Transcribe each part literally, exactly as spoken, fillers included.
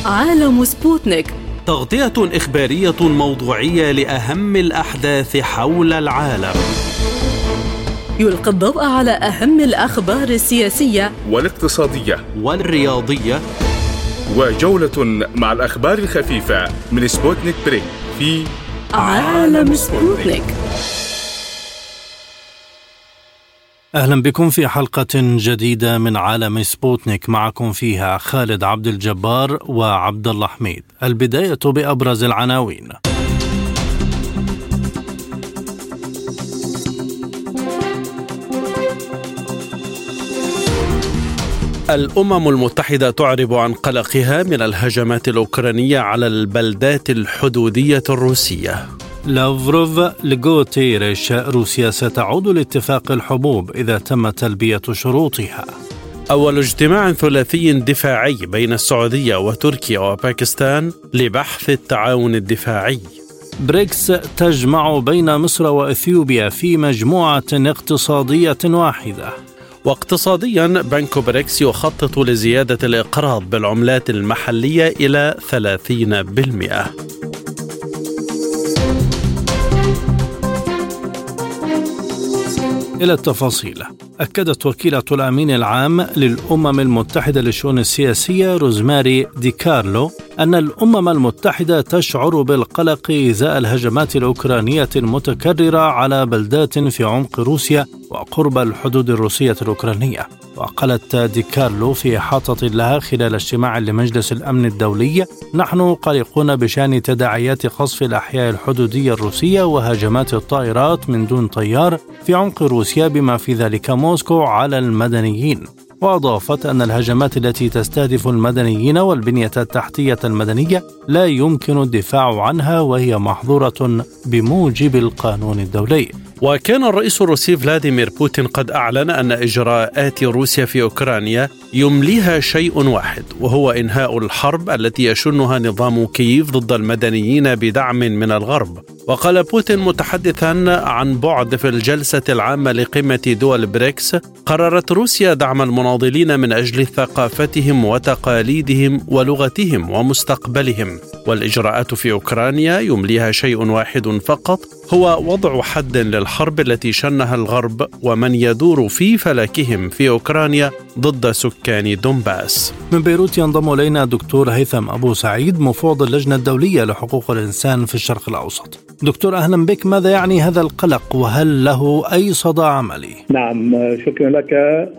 عالم سبوتنيك، تغطية إخبارية موضوعية لأهم الأحداث حول العالم. يلقي الضوء على أهم الأخبار السياسية والاقتصادية والرياضية، وجولة مع الأخبار الخفيفة من سبوتنيك بريك في عالم سبوتنيك. أهلا بكم في حلقة جديدة من عالم سبوتنيك، معكم فيها خالد عبد الجبار وعبد الله حميد. البداية بأبرز العناوين. الأمم المتحدة تعرب عن قلقها من الهجمات الأوكرانية على البلدات الحدودية الروسية. لافروف لغوتيريش، روسيا ستعود لاتفاق الحبوب إذا تم تلبية شروطها. أول اجتماع ثلاثي دفاعي بين السعودية وتركيا وباكستان لبحث التعاون الدفاعي. بريكس تجمع بين مصر وإثيوبيا في مجموعة اقتصادية واحدة. واقتصاديا، بنك بريكس يخطط لزيادة الإقراض بالعملات المحلية إلى ثلاثين بالمئة. إلى التفاصيل. أكدت وكيلة الأمين العام للأمم المتحدة للشؤون السياسية روزماري دي كارلو أن الأمم المتحدة تشعر بالقلق إزاء الهجمات الأوكرانية المتكررة على بلدات في عمق روسيا وقرب الحدود الروسية الأوكرانية. وقالت دي كارلو في إحاطة لها خلال اجتماع لمجلس الأمن الدولي: نحن قلقون بشأن تداعيات قصف الأحياء الحدودية الروسية وهجمات الطائرات من دون طيار في عمق روسيا بما في ذلك موسكو على المدنيين. وأضافت أن الهجمات التي تستهدف المدنيين والبنية التحتية المدنية لا يمكن الدفاع عنها وهي محظورة بموجب القانون الدولي. وكان الرئيس الروسي فلاديمير بوتين قد أعلن أن إجراءات روسيا في أوكرانيا يمليها شيء واحد، وهو إنهاء الحرب التي يشنها نظام كييف ضد المدنيين بدعم من الغرب. وقال بوتين متحدثا عن بعد في الجلسة العامة لقمة دول بريكس: قررت روسيا دعم المناضلين من أجل ثقافتهم وتقاليدهم ولغتهم ومستقبلهم، والإجراءات في أوكرانيا يمليها شيء واحد فقط، هو وضع حد للحرب التي شنها الغرب ومن يدور في فلكهم في أوكرانيا ضد سكان دونباس. من بيروت ينضم إلينا دكتور هيثم أبو سعيد، مفوض اللجنة الدولية لحقوق الإنسان في الشرق الأوسط. دكتور أهلا بك. ماذا يعني هذا القلق وهل له أي صدى عملي؟ نعم، شكرا لك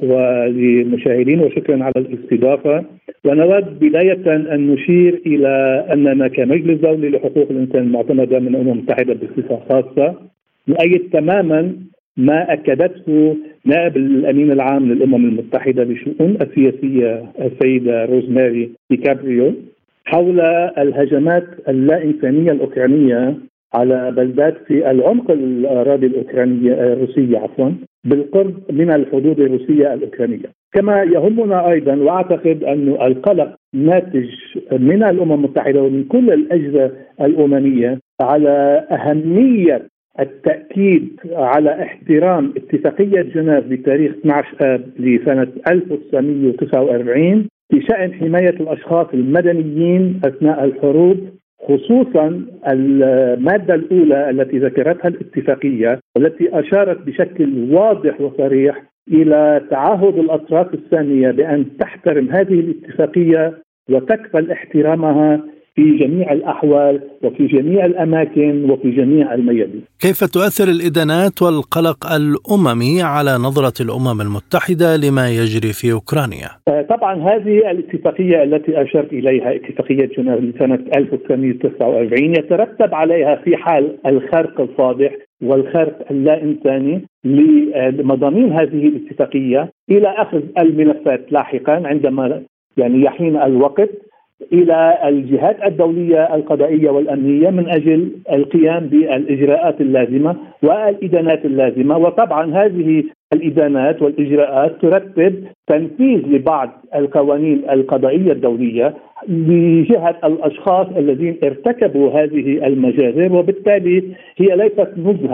وللمشاهدين وشكرا على الاستضافة. ونود بداية أن نشير إلى أننا كمجلس دولي لحقوق الإنسان المعتمدة من الأمم المتحدة بصفة خاصة نؤيد تماما ما أكدته نائب الأمين العام للأمم المتحدة للشؤون السياسية السيدة روزماري دي كابريو حول الهجمات اللا إنسانية الأوكرانية على بلدات في العمق الأراضي الأوكرانية الروسية عفوا بالقرب من الحدود الروسية الأوكرانية. كما يهمنا أيضا وأعتقد أن القلق ناتج من الأمم المتحدة ومن كل الأجهزة الأممية على أهمية التأكيد على احترام اتفاقية جنيف بتاريخ اثني عشر آب لسنة ألف وتسعمئة وتسعة وأربعين بشأن حماية الأشخاص المدنيين أثناء الحروب، خصوصا المادة الأولى التي ذكرتها الاتفاقية والتي أشارت بشكل واضح وصريح إلى تعهد الأطراف الثانية بأن تحترم هذه الاتفاقية وتكفل احترامها في جميع الأحوال وفي جميع الأماكن وفي جميع الميادين. كيف تؤثر الإدانات والقلق الأممي على نظرة الأمم المتحدة لما يجري في أوكرانيا؟ طبعا هذه الاتفاقية التي أشرت إليها اتفاقية جنيف لسنة ألف وتسعمئة وتسعة وأربعين يترتب عليها في حال الخرق الفاضح والخرق اللا إنساني لمضامين هذه الاتفاقية إلى أخذ الملفات لاحقا عندما يعني يحين الوقت إلى الجهات الدولية القضائية والأمنية من أجل القيام بالإجراءات اللازمة والإدانات اللازمة. وطبعا هذه الإدانات والإجراءات ترتب تنفيذ لبعض القوانين القضائية الدولية لجهة الأشخاص الذين ارتكبوا هذه المجازر، وبالتالي هي ليست نزهة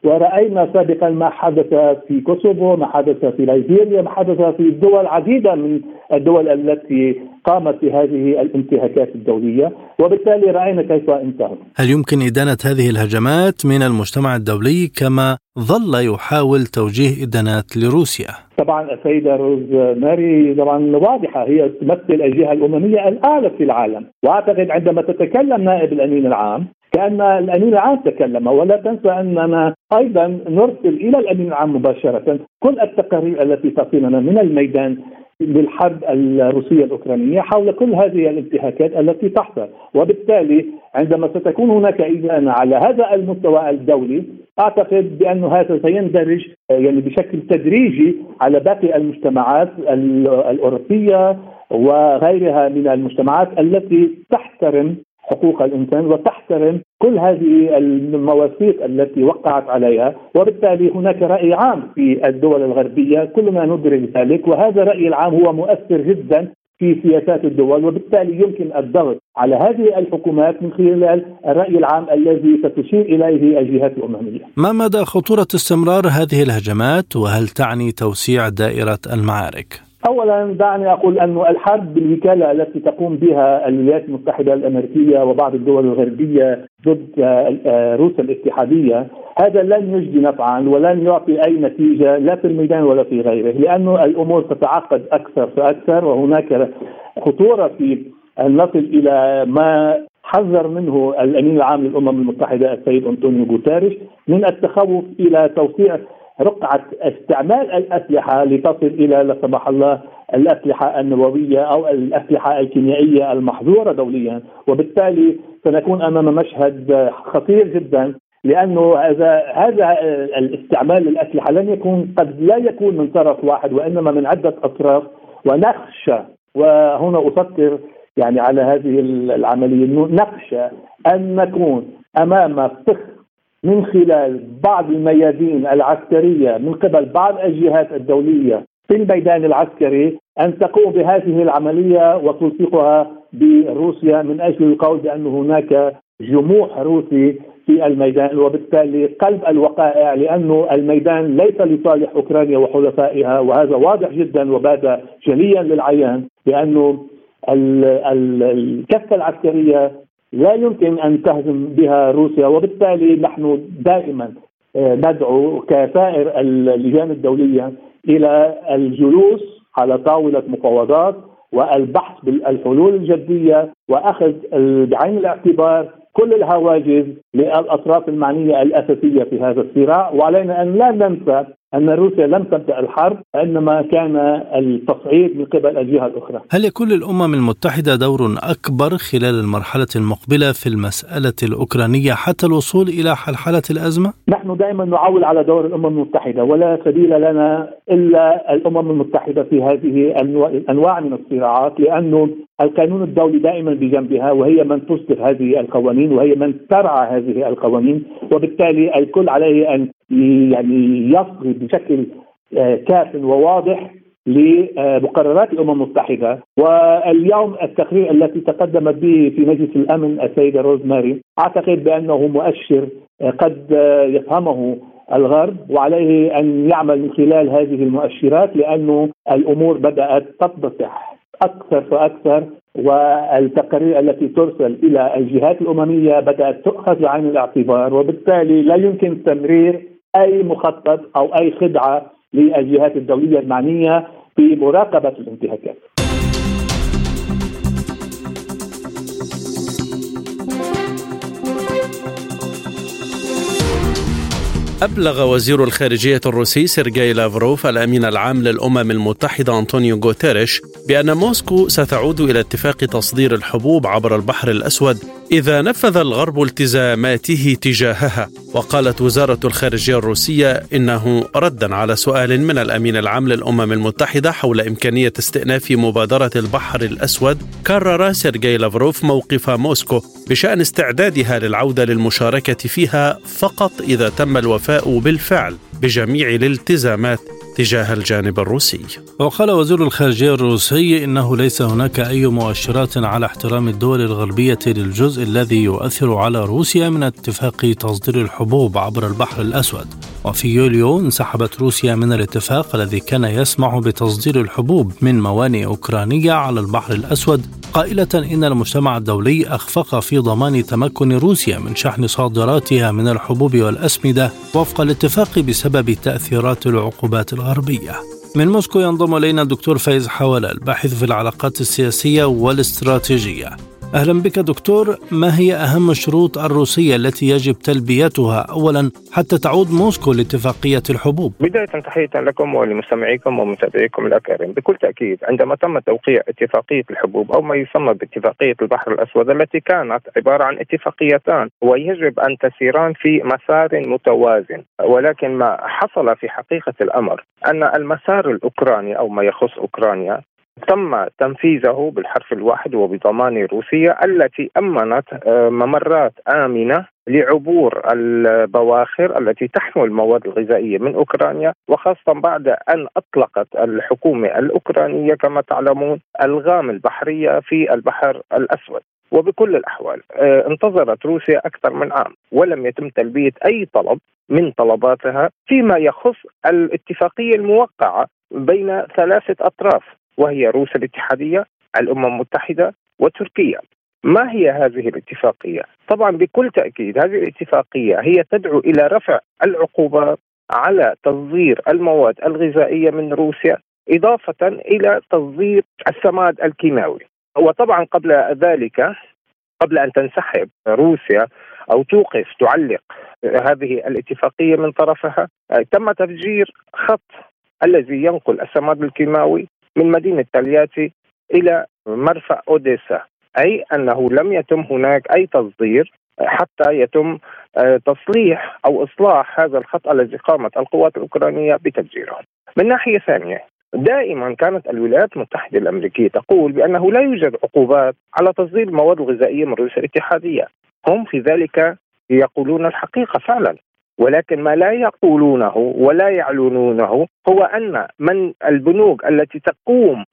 ورأينا سابقا ما حدث في كوسوفو، ما حدث في ليبيريا، ما حدث في دول عديدة من الدول التي قامت بهذه الانتهاكات الدولية، وبالتالي رأينا كيف انتهت. هل يمكن إدانة هذه الهجمات من المجتمع الدولي كما ظل يحاول توجيه إدانات لروسيا؟ طبعا السيدة روز ماري طبعا واضحة، هي تمثل الجهة الأممية الأعلى في العالم، وأعتقد عندما تتكلم نائب الأمين العام كأن الأمين العام تكلم. ولا تنسى أننا أيضا نرسل إلى الأمين العام مباشرة كل التقارير التي تصلنا من الميدان للحرب الروسية الأوكرانية حول كل هذه الانتهاكات التي تحصل، وبالتالي عندما ستكون هناك إدانة على هذا المستوى الدولي أعتقد بأن هذا سيندرج يعني بشكل تدريجي على باقي المجتمعات الأوروبية وغيرها من المجتمعات التي تحترم حقوق الإنسان وتحترم كل هذه المواثيق التي وقعت عليها. وبالتالي هناك رأي عام في الدول الغربية كلنا ندرك ذلك، وهذا الرأي العام هو مؤثر جدا في سياسات الدول، وبالتالي يمكن الضغط على هذه الحكومات من خلال الرأي العام الذي ستشير إليه الجهات الأممية. ما مدى خطورة استمرار هذه الهجمات، وهل تعني توسيع دائرة المعارك؟ أولا دعني أقول أن الحرب بالوكالة التي تقوم بها الولايات المتحدة الأمريكية وبعض الدول الغربية ضد روسيا الاتحادية هذا لن يجدي نفعا ولن يعطي أي نتيجة لا في الميدان ولا في غيره، لأن الأمور تتعقد أكثر فأكثر، وهناك خطورة في أن نصل إلى ما حذر منه الأمين العام للأمم المتحدة السيد أنطونيو غوتيريش من التخوف إلى توسيع رقعة استعمال الأسلحة لتصل إلى لا سمح الله الأسلحة النووية أو الأسلحة الكيميائية المحظورة دوليا. وبالتالي سنكون أمام مشهد خطير جدا، لأنه هذا هذا الاستعمال للأسلحة لن يكون قد لا يكون من طرف واحد وإنما من عدة أطراف، ونخشى وهنا أفكر يعني على هذه العملية نخشى أن نكون أمام فخ من خلال بعض الميادين العسكرية من قبل بعض الجهات الدولية في الميدان العسكري أن تقوم بهذه العملية وتلصقها بروسيا من أجل القول بأن هناك جموح روسي في الميدان، وبالتالي قلب الوقائع، لأنه الميدان ليس لصالح أوكرانيا وحلفائها، وهذا واضح جدا وبدا جليا للعيان بأنه الكفة العسكرية لا يمكن أن تهزم بها روسيا. وبالتالي نحن دائما ندعو كسائر اللجان الدولية إلى الجلوس على طاولة مفاوضات والبحث بالحلول الجدية وأخذ بعين الاعتبار كل الهواجس للأطراف المعنية الأساسية في هذا الصراع. وعلينا أن لا ننسى أن روسيا لم تبدأ الحرب، إنما كان التصعيد من قبل الجهة الأخرى. هل يكون للأمم المتحدة دور أكبر خلال المرحلة المقبلة في المسألة الأوكرانية حتى الوصول إلى حلحلة الأزمة؟ نحن دائما نعول على دور الأمم المتحدة، ولا سبيل لنا إلا الأمم المتحدة في هذه الأنواع من الصراعات، لأنه القانون الدولي دائما بجنبها، وهي من تصدر هذه القوانين وهي من ترعى هذه القوانين، وبالتالي الكل عليه أن يعني يصغي بشكل كاف وواضح لمقررات الأمم المتحدة. واليوم التقرير التي تقدمت به في مجلس الأمن السيدة روز ماري أعتقد بأنه مؤشر قد يفهمه الغرب، وعليه أن يعمل من خلال هذه المؤشرات، لأنه الأمور بدأت تتضح أكثر فأكثر، والتقارير التي ترسل إلى الجهات الأممية بدأت تؤخذ بعين الاعتبار، وبالتالي لا يمكن تمرير أي مخطط أو أي خدعة للجهات الدولية المعنية في مراقبة الانتهاكات. أبلغ وزير الخارجية الروسي سيرجي لافروف الأمين العام للأمم المتحدة أنطونيو غوتيريش بأن موسكو ستعود إلى اتفاق تصدير الحبوب عبر البحر الأسود إذا نفذ الغرب التزاماته تجاهها. وقالت وزارة الخارجية الروسية إنه ردا على سؤال من الأمين العام للأمم المتحدة حول إمكانية استئناف مبادرة البحر الأسود، كرر سيرجي لافروف موقف موسكو بشأن استعدادها للعودة للمشاركة فيها فقط إذا تم الوفاء بالفعل بجميع الالتزامات تجاه الجانب الروسي. وقال وزير الخارجية الروسي إنه ليس هناك أي مؤشرات على احترام الدول الغربية للجزء الذي يؤثر على روسيا من اتفاق تصدير الحبوب عبر البحر الأسود. وفي يوليو انسحبت روسيا من الاتفاق الذي كان يسمح بتصدير الحبوب من موانئ أوكرانية على البحر الأسود، قائلة إن المجتمع الدولي أخفق في ضمان تمكن روسيا من شحن صادراتها من الحبوب والأسمدة وفق الاتفاق بسبب تأثيرات العقوبات الغربية. من موسكو ينضم إلينا الدكتور فايز حوالة، الباحث في العلاقات السياسية والاستراتيجية. أهلا بك دكتور. ما هي أهم الشروط الروسية التي يجب تلبيتها أولا حتى تعود موسكو لاتفاقية الحبوب؟ بداية تحية لكم ولمستمعيكم ومتابعيكم الأكارم. بكل تأكيد عندما تم توقيع اتفاقية الحبوب أو ما يسمى باتفاقية البحر الأسود التي كانت عبارة عن اتفاقيتان ويجب أن تسيران في مسار متوازن، ولكن ما حصل في حقيقة الأمر أن المسار الأوكراني أو ما يخص أوكرانيا تم تنفيذه بالحرف الواحد وبضمان روسيا التي أمنت ممرات آمنة لعبور البواخر التي تحمل المواد الغذائية من أوكرانيا، وخاصة بعد أن أطلقت الحكومة الأوكرانية كما تعلمون الغام البحرية في البحر الأسود. وبكل الأحوال انتظرت روسيا أكثر من عام ولم يتم تلبية أي طلب من طلباتها فيما يخص الاتفاقية الموقعة بين ثلاثة أطراف، وهي روسيا الاتحادية، الأمم المتحدة، وتركيا. ما هي هذه الاتفاقية؟ طبعا بكل تأكيد هذه الاتفاقية هي تدعو إلى رفع العقوبات على تصدير المواد الغذائية من روسيا، إضافة إلى تصدير السماد الكيماوي. وطبعا قبل ذلك، قبل أن تنسحب روسيا أو توقف تعلق هذه الاتفاقية من طرفها، تم تفجير خط الذي ينقل السماد الكيماوي من مدينة تالياتي إلى مرفأ أوديسا، أي أنه لم يتم هناك أي تصدير حتى يتم تصليح أو إصلاح هذا الخط الذي قامت القوات الأوكرانية بتفجيره. من ناحية ثانية، دائما كانت الولايات المتحدة الأمريكية تقول بأنه لا يوجد عقوبات على تصدير المواد الغذائية من روسيا الاتحادية. هم في ذلك يقولون الحقيقة فعلا، ولكن ما لا يقولونه ولا يعلنونه هو أن من البنوك التي تقوم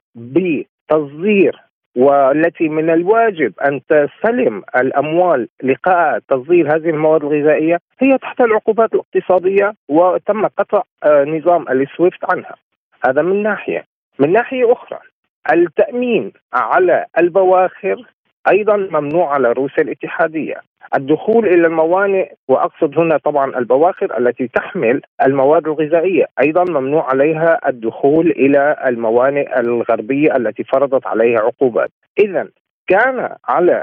بتصدير والتي من الواجب أن تستلم الأموال لقاء تصدير هذه المواد الغذائية هي تحت العقوبات الاقتصادية، وتم قطع نظام السويفت عنها. هذا من ناحية. من ناحية أخرى، التأمين على البواخر أيضا ممنوع على روسيا الاتحادية. الدخول إلى الموانئ، وأقصد هنا طبعا البواخر التي تحمل المواد الغذائية، أيضا ممنوع عليها الدخول إلى الموانئ الغربية التي فرضت عليها عقوبات. إذن كان على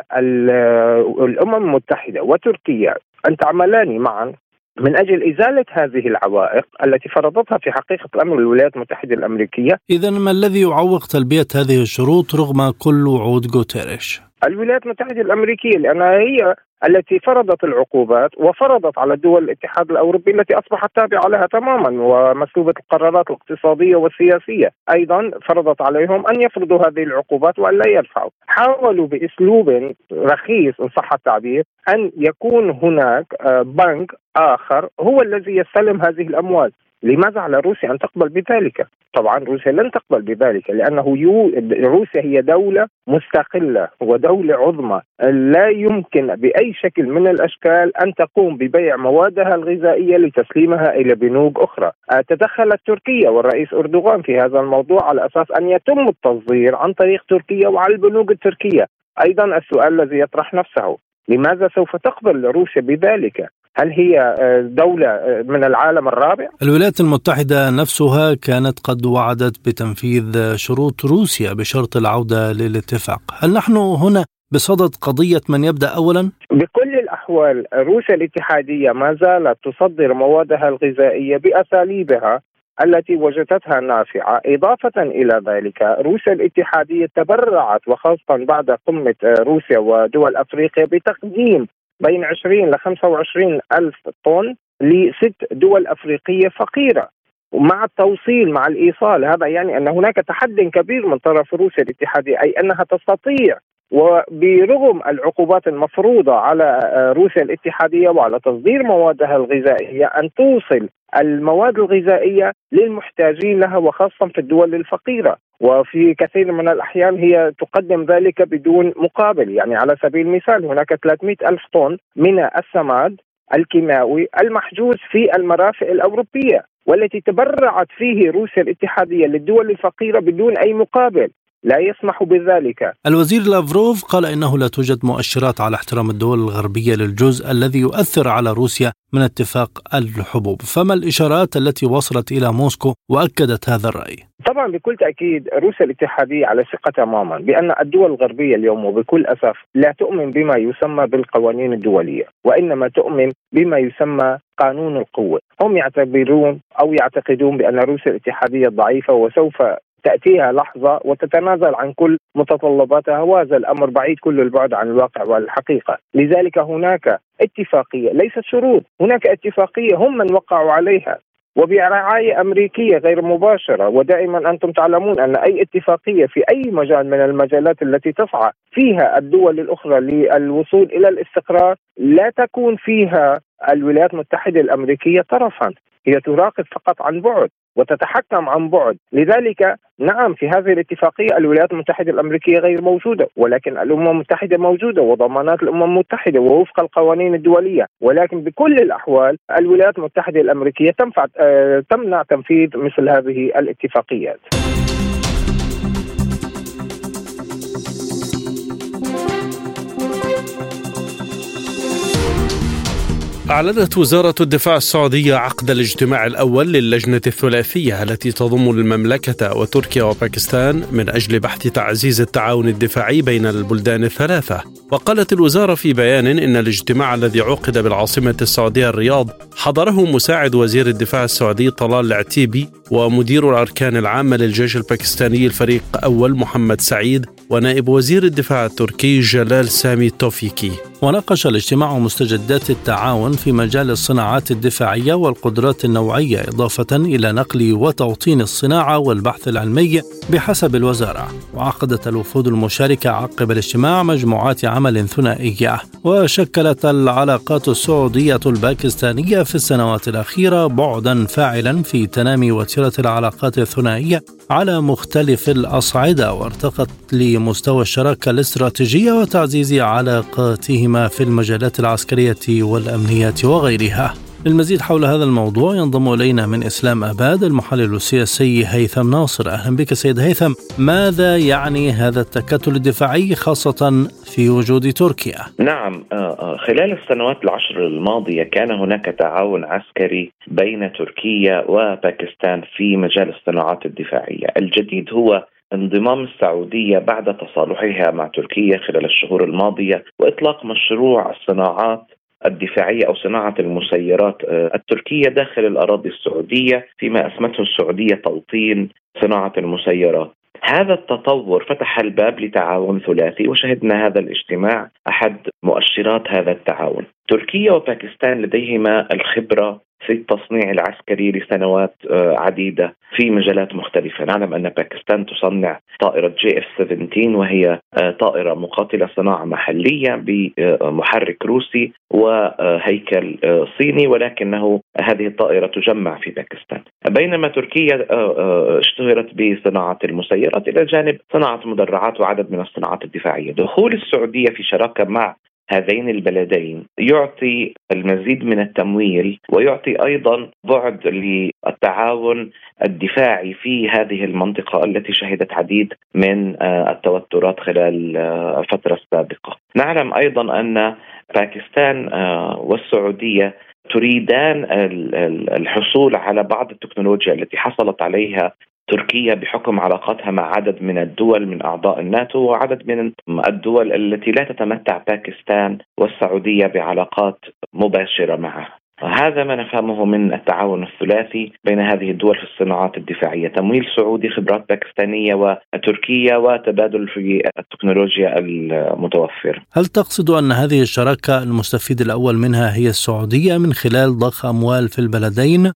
الأمم المتحدة وتركيا أن تعملان معا من أجل إزالة هذه العوائق التي فرضتها في حقيقة الأمر الولايات المتحدة الأمريكية. إذن ما الذي يعوق تلبية هذه الشروط رغم كل وعود غوتيريش؟ الولايات المتحدة الأمريكية، لأنها هي التي فرضت العقوبات وفرضت على دول الاتحاد الأوروبي التي أصبحت تابعة لها تماما، ومسلوبة القرارات الاقتصادية والسياسية أيضا فرضت عليهم أن يفرضوا هذه العقوبات وأن لا يرفعوا. حاولوا بأسلوب رخيص إن صح التعبير أن يكون هناك بنك آخر هو الذي يستلم هذه الأموال. لماذا على روسيا أن تقبل بذلك؟ طبعا روسيا لن تقبل بذلك، لأنه يو... روسيا هي دولة مستقلة ودولة عظمى، لا يمكن بأي شكل من الأشكال أن تقوم ببيع موادها الغذائية لتسليمها إلى بنوك أخرى. تدخلت تركيا والرئيس أردوغان في هذا الموضوع على أساس أن يتم التصدير عن طريق تركيا وعلى البنوك التركية. أيضا السؤال الذي يطرح نفسه، لماذا سوف تقبل روسيا بذلك؟ هل هي دولة من العالم الرابع؟ الولايات المتحدة نفسها كانت قد وعدت بتنفيذ شروط روسيا بشرط العودة للاتفاق. هل نحن هنا بصدد قضية من يبدأ أولا؟ بكل الأحوال روسيا الاتحادية ما زالت تصدر موادها الغذائية بأساليبها التي وجدتها نافعة. إضافة إلى ذلك روسيا الاتحادية تبرعت، وخاصة بعد قمة روسيا ودول أفريقيا، بتقديم بين عشرين إلى خمسة وعشرين ألف طن لست دول أفريقية فقيرة، ومع التوصيل مع الإيصال. هذا يعني أن هناك تحدي كبير من طرف روسيا الاتحادية، أي أنها تستطيع وبرغم العقوبات المفروضة على روسيا الاتحادية وعلى تصدير موادها الغذائية أن توصل المواد الغذائية للمحتاجين لها وخاصة في الدول الفقيرة، وفي كثير من الأحيان هي تقدم ذلك بدون مقابل. يعني على سبيل المثال هناك ثلاثمئة ألف طن من السماد الكيماوي المحجوز في المرافق الأوروبية، والتي تبرعت فيه روسيا الاتحادية للدول الفقيرة بدون أي مقابل، لا يسمح بذلك. الوزير لافروف قال إنه لا توجد مؤشرات على احترام الدول الغربية للجزء الذي يؤثر على روسيا من اتفاق الحبوب، فما الإشارات التي وصلت إلى موسكو وأكدت هذا الرأي؟ طبعا بكل تأكيد روسيا الاتحادية على ثقة تماما بأن الدول الغربية اليوم وبكل أسف لا تؤمن بما يسمى بالقوانين الدولية، وإنما تؤمن بما يسمى قانون القوة. هم يعتبرون أو يعتقدون بأن روسيا الاتحادية ضعيفة وسوف تأتيها لحظة وتتنازل عن كل متطلباتها، وهذا الأمر بعيد كل البعد عن الواقع والحقيقة. لذلك هناك اتفاقية ليست شروط، هناك اتفاقية هم من وقعوا عليها وبرعاية أمريكية غير مباشرة. ودائما أنتم تعلمون أن أي اتفاقية في أي مجال من المجالات التي تسعى فيها الدول الأخرى للوصول إلى الاستقرار لا تكون فيها الولايات المتحدة الأمريكية طرفا، هي تراقب فقط عن بعد وتتحكم عن بعد. لذلك نعم في هذه الاتفاقية الولايات المتحدة الأمريكية غير موجودة، ولكن الأمم المتحدة موجودة وضمانات الأمم المتحدة ووفق القوانين الدولية. ولكن بكل الأحوال الولايات المتحدة الأمريكية تنفع تمنع تنفيذ مثل هذه الاتفاقيات. أعلنت وزارة الدفاع السعودية عقد الاجتماع الأول للجنة الثلاثية التي تضم المملكة وتركيا وباكستان من أجل بحث تعزيز التعاون الدفاعي بين البلدان الثلاثة. وقالت الوزارة في بيان إن الاجتماع الذي عقد بالعاصمة السعودية الرياض حضره مساعد وزير الدفاع السعودي طلال العتيبي ومدير الأركان العامة للجيش الباكستاني الفريق أول محمد سعيد ونائب وزير الدفاع التركي جلال سامي توفيكي. وناقش الاجتماع مستجدات التعاون في مجال الصناعات الدفاعية والقدرات النوعية، إضافة إلى نقل وتوطين الصناعة والبحث العلمي بحسب الوزارة. وعقدت الوفود المشاركة عقب الاجتماع مجموعات عمل ثنائية. وشكلت العلاقات السعودية الباكستانية في السنوات الأخيرة بعدا فاعلا في تنامي وتيرة العلاقات الثنائية على مختلف الأصعدة، وارتقت لمستوى الشراكة الاستراتيجية وتعزيز علاقاتهما في المجالات العسكرية والأمنية وغيرها. للمزيد حول هذا الموضوع ينضم إلينا من إسلام أباد المحلل السياسي هيثم ناصر. أهلا بك سيد هيثم. ماذا يعني هذا التكتل الدفاعي خاصة في وجود تركيا؟ نعم، خلال السنوات العشر الماضية كان هناك تعاون عسكري بين تركيا وباكستان في مجال الصناعات الدفاعية. الجديد هو انضمام السعودية بعد تصالحها مع تركيا خلال الشهور الماضية وإطلاق مشروع الصناعات الدفاعية أو صناعة المسيرات التركية داخل الأراضي السعودية، فيما أسمته السعودية توطين صناعة المسيرات. هذا التطور فتح الباب لتعاون ثلاثي، وشهدنا هذا الاجتماع أحد مؤشرات هذا التعاون. تركيا وباكستان لديهما الخبرة في التصنيع العسكري لسنوات عديدة في مجالات مختلفة. نعلم أن باكستان تصنع طائرة جي إف سبعتاشر وهي طائرة مقاتلة صناعة محلية بمحرك روسي وهيكل صيني، ولكنه هذه الطائرة تجمع في باكستان. بينما تركيا اشتهرت بصناعة المسيرات إلى جانب صناعة مدرعات وعدد من الصناعات الدفاعية. دخول السعودية في شراكة مع هذين البلدين يعطي المزيد من التمويل ويعطي أيضا بعد للتعاون الدفاعي في هذه المنطقة التي شهدت عديد من التوترات خلال الفترة السابقة. نعلم أيضا أن باكستان والسعودية تريدان الحصول على بعض التكنولوجيا التي حصلت عليها تركيا بحكم علاقاتها مع عدد من الدول من أعضاء الناتو وعدد من الدول التي لا تتمتع باكستان والسعودية بعلاقات مباشرة معها. هذا ما نفهمه من التعاون الثلاثي بين هذه الدول في الصناعات الدفاعية: تمويل سعودي، خبرات باكستانية وتركية، وتبادل في التكنولوجيا المتوفرة. هل تقصد أن هذه الشراكة المستفيد الأول منها هي السعودية من خلال ضخ أموال في البلدين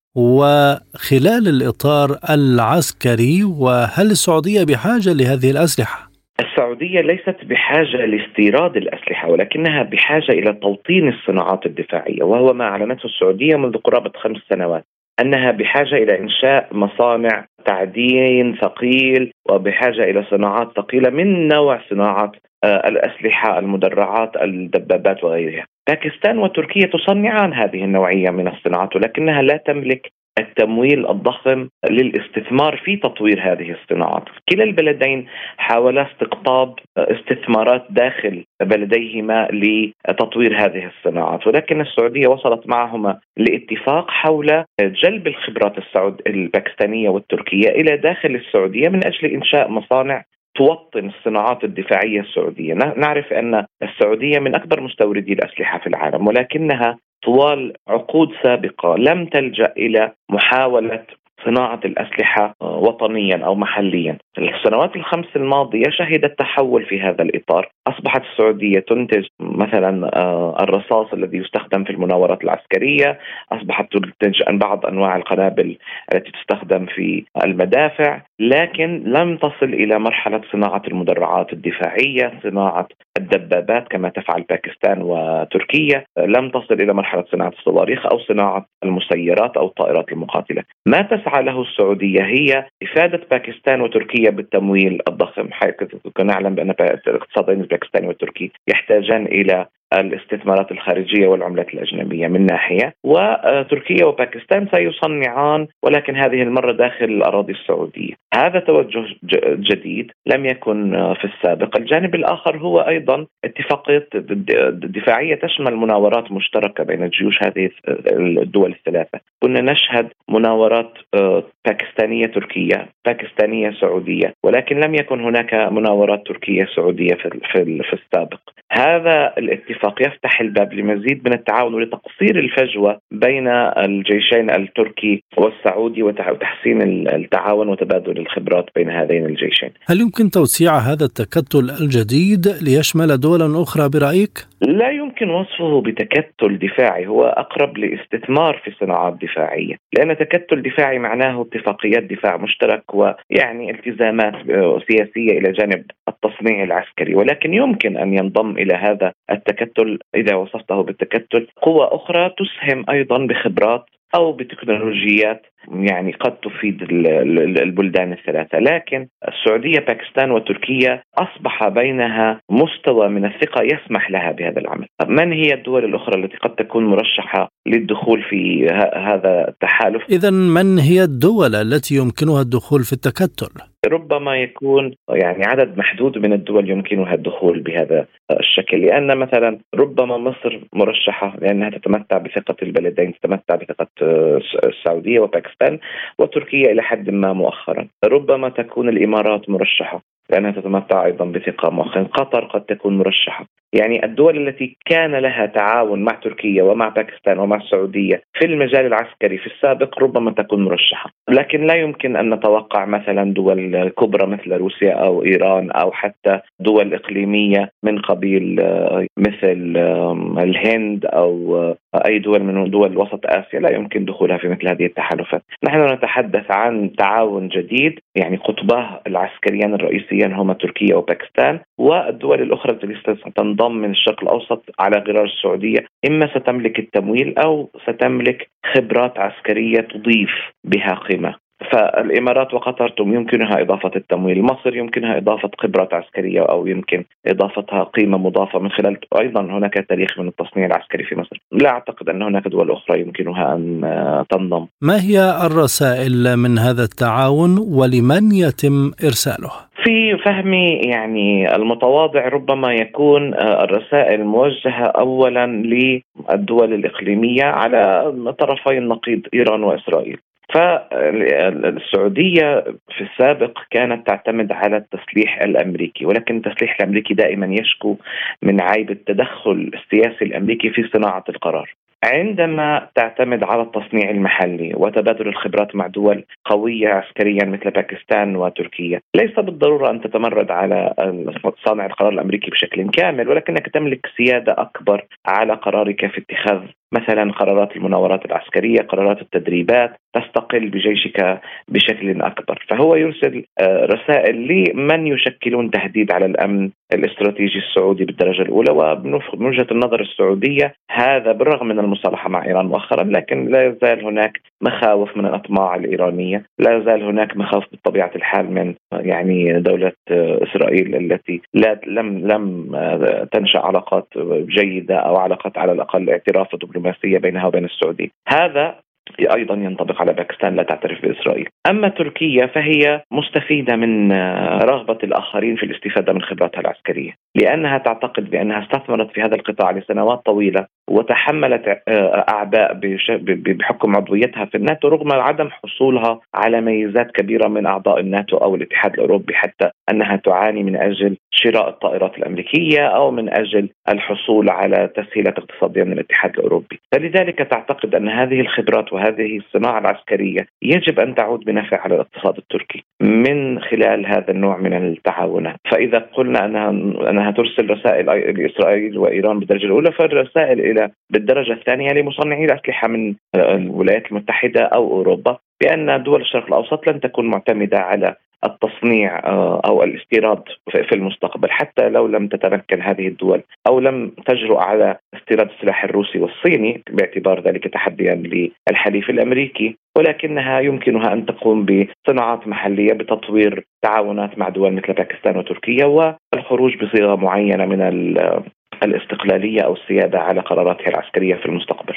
وخلال الإطار العسكري؟ وهل السعودية بحاجة لهذه الأسلحة؟ السعودية ليست بحاجة لاستيراد الأسلحة، ولكنها بحاجة إلى توطين الصناعات الدفاعية، وهو ما أعلنته السعودية منذ قرابة خمس سنوات، أنها بحاجة إلى إنشاء مصانع تعدين ثقيل وبحاجة إلى صناعات ثقيلة من نوع صناعة الأسلحة، المدرعات، الدبابات وغيرها. باكستان وتركيا تصنعان هذه النوعية من الصناعات، ولكنها لا تملك التمويل الضخم للاستثمار في تطوير هذه الصناعات. كلا البلدين حاولا استقطاب استثمارات داخل بلديهما لتطوير هذه الصناعات، ولكن السعودية وصلت معهما لاتفاق حول جلب الخبرات السعود الباكستانية والتركية إلى داخل السعودية من أجل إنشاء مصانع توطن الصناعات الدفاعية السعودية. نعرف أن السعودية من أكبر مستوردي الأسلحة في العالم، ولكنها طوال عقود سابقة لم تلجأ إلى محاولة صناعة الأسلحة وطنيا أو محليا. السنوات الخمس الماضية شهدت تحول في هذا الإطار. أصبحت السعودية تنتج مثلا الرصاص الذي يستخدم في المناورات العسكرية، أصبحت تنتج بعض أنواع القنابل التي تستخدم في المدافع، لكن لم تصل إلى مرحلة صناعة المدرعات الدفاعية، صناعة الدبابات كما تفعل باكستان وتركيا، لم تصل إلى مرحلة صناعة الصواريخ أو صناعة المسيرات أو الطائرات المقاتلة. ما تسعى له السعودية هي إفادة باكستان وتركيا بالتمويل الضخم، حيث نعلم بأن الاقتصادين الباكستاني والتركي يحتاجان إلى الاستثمارات الخارجية والعملات الأجنبية من ناحية، وتركيا وباكستان سيصنعان ولكن هذه المرة داخل الأراضي السعودية. هذا توجه جديد لم يكن في السابق. الجانب الآخر هو أيضا اتفاقية دفاعية تشمل مناورات مشتركة بين جيوش هذه الدول الثلاثة. كنا نشهد مناورات باكستانية تركية، باكستانية سعودية، ولكن لم يكن هناك مناورات تركية سعودية في في السابق. هذا الاتفاق يفتح الباب لمزيد من التعاون ولتقصير الفجوة بين الجيشين التركي والسعودي وتحسين التعاون وتبادل الخبرات بين هذين الجيشين. هل يمكن توسيع هذا التكتل الجديد ليشمل دولا أخرى برأيك؟ لا يمكن وصفه بتكتل دفاعي، هو أقرب لاستثمار في صناعات دفاعية، لأن تكتل دفاعي معناه اتفاقيات دفاع مشترك ويعني التزامات سياسية إلى جانب التصنيع العسكري، ولكن يمكن أن ينضم إلى هذا التكتل إذا وصفته بالتكتل قوة أخرى تسهم أيضا بخبرات أو بتكنولوجيات يعني قد تفيد البلدان الثلاثة. لكن السعودية، باكستان وتركيا أصبح بينها مستوى من الثقة يسمح لها بهذا العمل. من هي الدول الأخرى التي قد تكون مرشحة للدخول في هذا التحالف؟ إذن من هي الدول التي يمكنها الدخول في التكتل؟ ربما يكون يعني عدد محدود من الدول يمكنها الدخول بهذا الشكل، لأن مثلا ربما مصر مرشحة لأنها تتمتع بثقة البلدين، تتمتع بثقة السعودية وباكستان وتركيا إلى حد ما مؤخرا. ربما تكون الإمارات مرشحة لأنها تتمتع أيضا بثقة مؤخرا. قطر قد تكون مرشحة. يعني الدول التي كان لها تعاون مع تركيا ومع باكستان ومع السعودية في المجال العسكري في السابق ربما تكون مرشحة، لكن لا يمكن أن نتوقع مثلا دول كبرى مثل روسيا أو إيران أو حتى دول إقليمية من قبيل مثل الهند أو أي دول من دول وسط آسيا لا يمكن دخولها في مثل هذه التحالفات. نحن نتحدث عن تعاون جديد، يعني قطباه العسكريان الرئيسيان هما تركيا وباكستان، والدول الأخرى التي ستنضم من الشرق الأوسط على غرار السعودية إما ستملك التمويل أو ستملك خبرات عسكرية تضيف بها قيمة. فالإمارات وقطر يمكنها إضافة التمويل، مصر يمكنها إضافة خبرات عسكرية أو يمكن إضافتها قيمة مضافة من خلال أيضا هناك تاريخ من التصنيع العسكري في مصر. لا أعتقد أن هناك دول أخرى يمكنها أن تنضم. ما هي الرسائل من هذا التعاون ولمن يتم إرساله؟ في فهمي يعني المتواضع ربما يكون الرسائل موجهة أولا للدول الإقليمية على طرفي النقيض إيران وإسرائيل. فالسعودية في السابق كانت تعتمد على التسليح الأمريكي، ولكن التسليح الأمريكي دائما يشكو من عيب التدخل السياسي الأمريكي في صناعة القرار. عندما تعتمد على التصنيع المحلي وتبادل الخبرات مع دول قوية عسكريا مثل باكستان وتركيا، ليس بالضرورة أن تتمرد على صانع القرار الأمريكي بشكل كامل، ولكنك تملك سيادة أكبر على قرارك في اتخاذ مثلا قرارات المناورات العسكرية، قرارات التدريبات، تستقل بجيشك بشكل أكبر. فهو يرسل رسائل لمن يشكلون تهديد على الأمن الاستراتيجي السعودي بالدرجة الأولى. ومن وجهة النظر السعودية هذا بالرغم من المصالحة مع إيران مؤخرا، لكن لا يزال هناك مخاوف من الأطماع الإيرانية، لا يزال هناك مخاوف بطبيعة الحال من يعني دولة إسرائيل التي لا لم لم تنشأ علاقات جيدة أو علاقات على الأقل اعتراف دبلوماسية بينها وبين السعودية. هذا أيضا ينطبق على باكستان لا تعترف بإسرائيل. أما تركيا فهي مستفيدة من رغبة الآخرين في الاستفادة من خبراتها العسكرية، لأنها تعتقد بأنها استثمرت في هذا القطاع لسنوات طويلة وتحملت أعباء بحكم عضويتها في الناتو رغم عدم حصولها على ميزات كبيرة من أعضاء الناتو أو الاتحاد الأوروبي، حتى أنها تعاني من أجل شراء الطائرات الأمريكية أو من أجل الحصول على تسهيلات اقتصادية من الاتحاد الأوروبي. فلذلك تعتقد أن هذه الخبرات وهذه الصناعة العسكرية يجب أن تعود بنفع على الاقتصاد التركي من خلال هذا النوع من التعاونات. فإذا قلنا أنها, أنها ترسل رسائل لإسرائيل وإيران بالدرجة الأولى، فالرسائل إلى بالدرجة الثانية لمصنعي الأسلحة من الولايات المتحدة أو أوروبا بأن دول الشرق الأوسط لن تكون معتمدة على التصنيع أو الاستيراد في المستقبل، حتى لو لم تتمكن هذه الدول أو لم تجرؤ على استيراد السلاح الروسي والصيني باعتبار ذلك تحديا للحليف الأمريكي، ولكنها يمكنها أن تقوم بصناعات محلية بتطوير تعاونات مع دول مثل باكستان وتركيا والخروج بصيغة معينة من الاستقلالية أو السيادة على قراراتها العسكرية في المستقبل.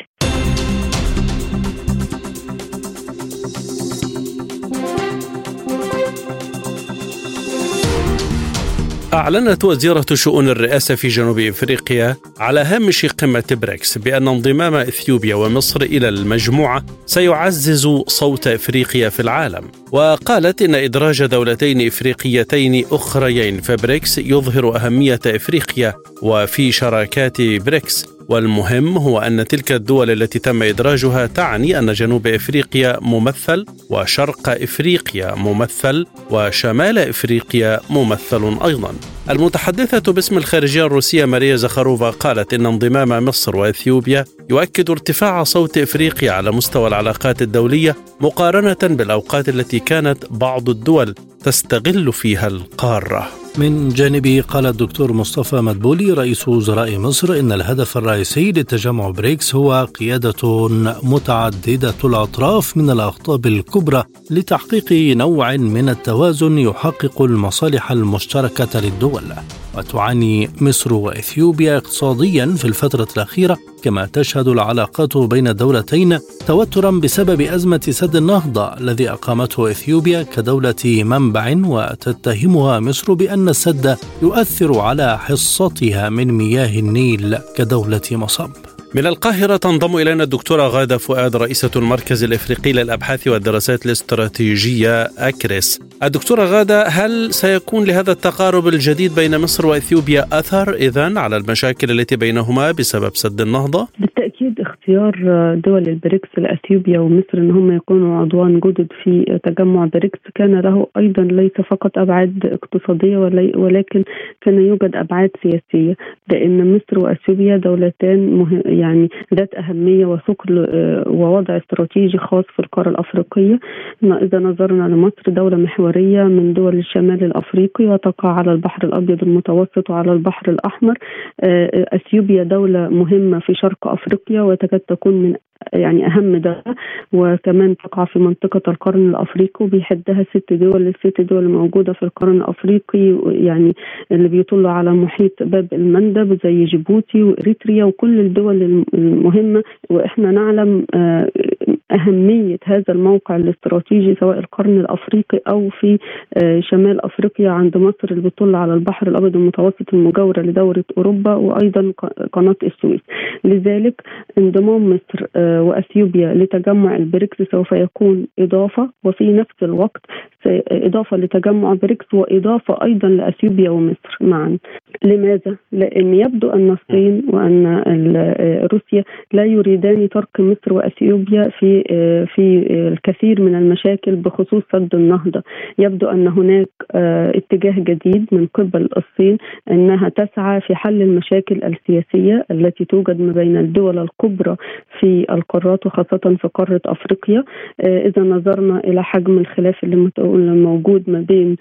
أعلنت وزيرة شؤون الرئاسة في جنوب إفريقيا على هامش قمة بريكس بأن انضمام إثيوبيا ومصر إلى المجموعة سيعزز صوت إفريقيا في العالم، وقالت إن إدراج دولتين إفريقيتين أخريين في بريكس يظهر أهمية إفريقيا وفي شراكات بريكس، والمهم هو أن تلك الدول التي تم إدراجها تعني أن جنوب إفريقيا ممثل وشرق إفريقيا ممثل وشمال إفريقيا ممثل أيضا. المتحدثة باسم الخارجية الروسية ماريا زخاروفا قالت إن انضمام مصر وإثيوبيا يؤكد ارتفاع صوت إفريقيا على مستوى العلاقات الدولية مقارنة بالأوقات التي كانت بعض الدول تستغل فيها القارة. من جانبه قال الدكتور مصطفى مدبولي رئيس وزراء مصر إن الهدف الرئيسي لتجمع بريكس هو قيادة متعددة الأطراف من الأقطاب الكبرى لتحقيق نوع من التوازن يحقق المصالح المشتركة للدول. وتعاني مصر وإثيوبيا اقتصاديا في الفترة الأخيرة، كما تشهد العلاقات بين الدولتين توترا بسبب أزمة سد النهضة الذي أقامته إثيوبيا كدولة منبع، وتتهمها مصر بأن السد يؤثر على حصتها من مياه النيل كدولة مصب. من القاهرة تنضم إلينا الدكتورة غادة فؤاد رئيسة المركز الإفريقي للأبحاث والدراسات الاستراتيجية أكريس. الدكتورة غادة، هل سيكون لهذا التقارب الجديد بين مصر وإثيوبيا أثر إذن على المشاكل التي بينهما بسبب سد النهضة؟ بالتأكيد اختيار دول البريكس لأثيوبيا ومصر أن هم يكونوا عضوان جدد في تجمع بريكس كان له أيضا ليس فقط أبعاد اقتصادية ولكن كان يوجد أبعاد سياسية، لأن مصر وأثيوبيا دولتان مهم يعني ذات أهمية وثقل ووضع استراتيجي خاص في القارة الأفريقية. إذا نظرنا لمصر دولة محورية من دول الشمال الأفريقي وتقع على البحر الأبيض المتوسط وعلى البحر الأحمر. أثيوبيا دولة مهمة في شرق أفريقيا وتكاد تكون من يعني أهم دولة، وكمان تقع في منطقة القرن الأفريقي وبيحدها ست دول الست دول الموجودة في القرن الأفريقي، يعني اللي بيطلوا على محيط باب المندب زي جيبوتي وإريتريا وكل الدول المهمة. وإحنا نعلم أهمية هذا الموقع الاستراتيجي سواء القرن الأفريقي أو في شمال أفريقيا عند مصر اللي بتطل على البحر الأبيض المتوسط المجاورة لدولة أوروبا وأيضا قناة السويس. لذلك انضمام مصر وأثيوبيا لتجمع البريكس سوف يكون إضافة، وفي نفس الوقت إضافة لتجمع بريكس وإضافة أيضا لأثيوبيا ومصر معا. لماذا؟ لأن يبدو أن الصين وأن روسيا لا يريدان ترك مصر وأثيوبيا في في الكثير من المشاكل بخصوص سد النهضة. يبدو أن هناك اتجاه جديد من قبل الصين أنها تسعى في حل المشاكل السياسية التي توجد ما بين الدول الكبرى في القارات وخاصة في قارة أفريقيا. إذا نظرنا إلى حجم الخلاف اللي موجود ما بين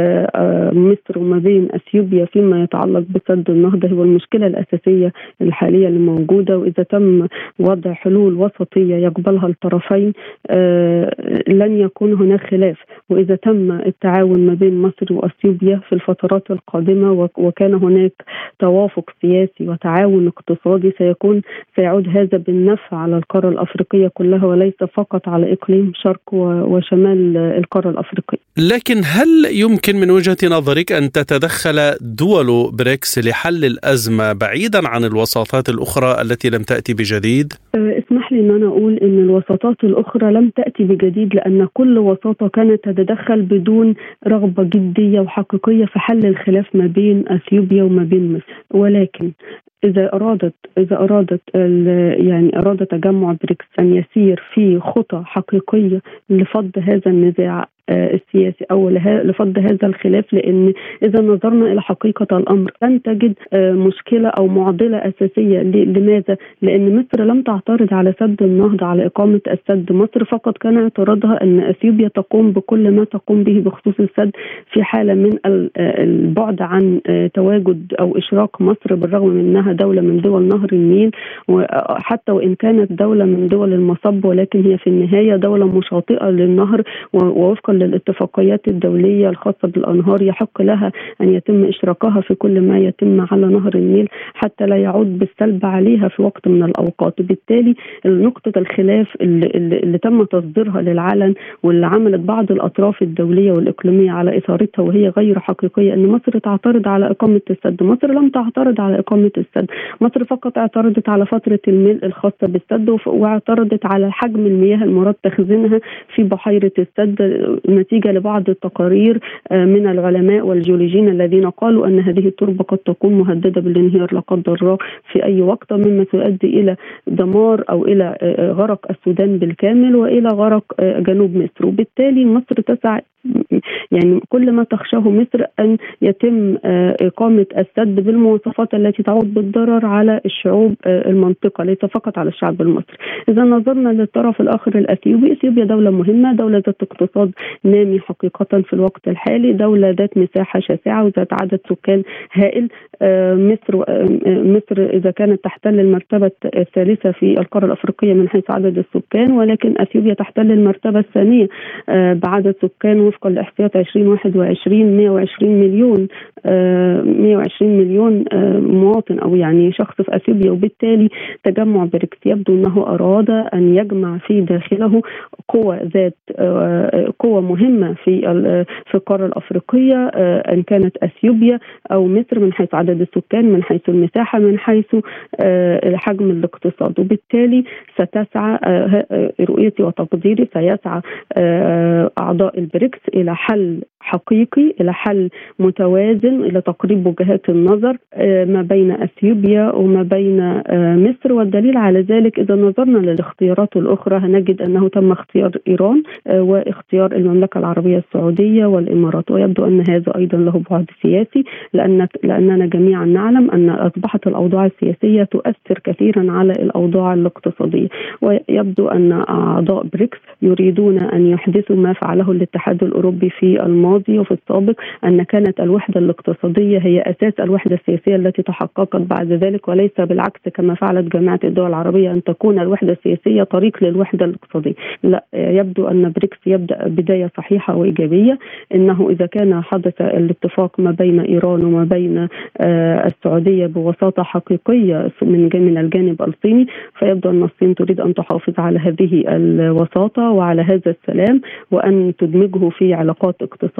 مصر وما بين أثيوبيا فيما يتعلق بسد النهضة هو المشكلة الأساسية الحالية اللي موجودة، وإذا تم وضع حلول وسطية يقبلها الطرفين لن يكون هناك خلاف. وإذا تم التعاون ما بين مصر وأثيوبيا في الفترات القادمة وكان هناك توافق سياسي وتعاون اقتصادي سيكون سيعود هذا بالنفع على القارة الأفريقية كلها وليس فقط على إقليم شرق وشمال القارة الأفريقية. لكن هل يمكن من وجهة نظرك أن تتدخل دول بريكس لحل الأزمة بعيدا عن الوساطات الأخرى التي لم تأتي بجديد؟ اسمح لي أن أنا أقول أن الوساطات الأخرى لم تأتي بجديد، لأن كل وساطة كانت تتدخل بدون رغبة جدية وحقيقية في حل الخلاف ما بين أثيوبيا وما بين مصر. ولكن إذا أرادت إذا أرادت يعني أراد تجمع بريكس أن يسير في خطى حقيقية لفض هذا النزاع السياسي أو لفض هذا الخلاف، لأن إذا نظرنا إلى حقيقة الأمر لن تجد مشكلة أو معضلة أساسية. لماذا؟ لأن مصر لم تعترض على سد النهضة، على إقامة السد. مصر فقط كان اعتراضها أن أثيوبيا تقوم بكل ما تقوم به بخصوص السد في حالة من البعد عن تواجد أو إشراك مصر بالرغم من أنها دولة من دول نهر النيل، وحتى وإن كانت دولة من دول المصب، ولكن هي في النهاية دولة مشاطئة للنهر، ووفقا للاتفاقيات الدولية الخاصة بالأنهار يحق لها أن يتم إشراكها في كل ما يتم على نهر النيل حتى لا يعود بالسلب عليها في وقت من الأوقات. بالتالي نقطة الخلاف اللي, اللي تم تصديرها للعلن واللي عملت بعض الأطراف الدولية والإقليمية على إثارتها وهي غير حقيقية أن مصر تعترض على إقامة السد. مصر لم تعترض على إقامة السد، مصر فقط اعترضت على فترة الملء الخاصة بالسد واعترضت على حجم المياه المراد تخزينها في بحيرة السد نتيجة لبعض التقارير من العلماء والجيولوجيين الذين قالوا أن هذه التربة قد تكون مهددة بالانهيار لا قدر الله في أي وقت، مما سيؤدي إلى دمار أو إلى غرق السودان بالكامل وإلى غرق جنوب مصر. وبالتالي مصر تسعى يعني كل ما تخشاه مصر أن يتم إقامة السد بالمواصفات التي تعود بالضرر على الشعوب المنطقة ليس فقط على الشعب المصري. إذا نظرنا للطرف الآخر الأثيوبي، أثيوبيا دولة مهمة، دولة ذات اقتصاد نامي حقيقة في الوقت الحالي، دولة ذات مساحة شاسعة وذات عدد سكان هائل. مصر مصر إذا كانت تحتل المرتبة الثالثة في القارة الأفريقية من حيث عدد السكان، ولكن أثيوبيا تحتل المرتبة الثانية بعدد سكان وفقا لإحصائيات ألفين وواحد وعشرين مئة وعشرين مليون مئة وعشرين مليون مواطن أو يعني شخص في أثيوبيا. وبالتالي تجمع بريكس يبدو أنه أراد أن يجمع في داخله قوة ذات قوة مهمة في في القارة الأفريقية إن كانت أثيوبيا أو مصر من حيث عدد السكان، من حيث المساحة، من حيث حجم الاقتصاد. وبالتالي ستسعى رؤيتي وتقديري سيسعى أعضاء البريكس إلى حل حقيقي، إلى حل متوازن، إلى تقريب وجهات النظر ما بين أثيوبيا وما بين مصر. والدليل على ذلك إذا نظرنا للاختيارات الأخرى هنجد أنه تم اختيار إيران واختيار المملكة العربية السعودية والإمارات، ويبدو أن هذا أيضا له بعد سياسي لأن لأننا جميعا نعلم أن أصبحت الأوضاع السياسية تؤثر كثيرا على الأوضاع الاقتصادية. ويبدو أن أعضاء بريكس يريدون أن يحدثوا ما فعله الاتحاد الأوروبي في الماضي وفي السابق، أن كانت الوحدة الاقتصادية هي أساس الوحدة السياسية التي تحققت بعد ذلك، وليس بالعكس كما فعلت جامعة الدول العربية أن تكون الوحدة السياسية طريق للوحدة الاقتصادية. لا، يبدو أن بريكس يبدأ بداية صحيحة وإيجابية، إنه إذا كان حدث الاتفاق ما بين إيران وما بين السعودية بوساطة حقيقية من من الجانب الصيني، فيبدو أن الصين تريد أن تحافظ على هذه الوساطة وعلى هذا السلام وأن تدمجه في علاقات اقتصادية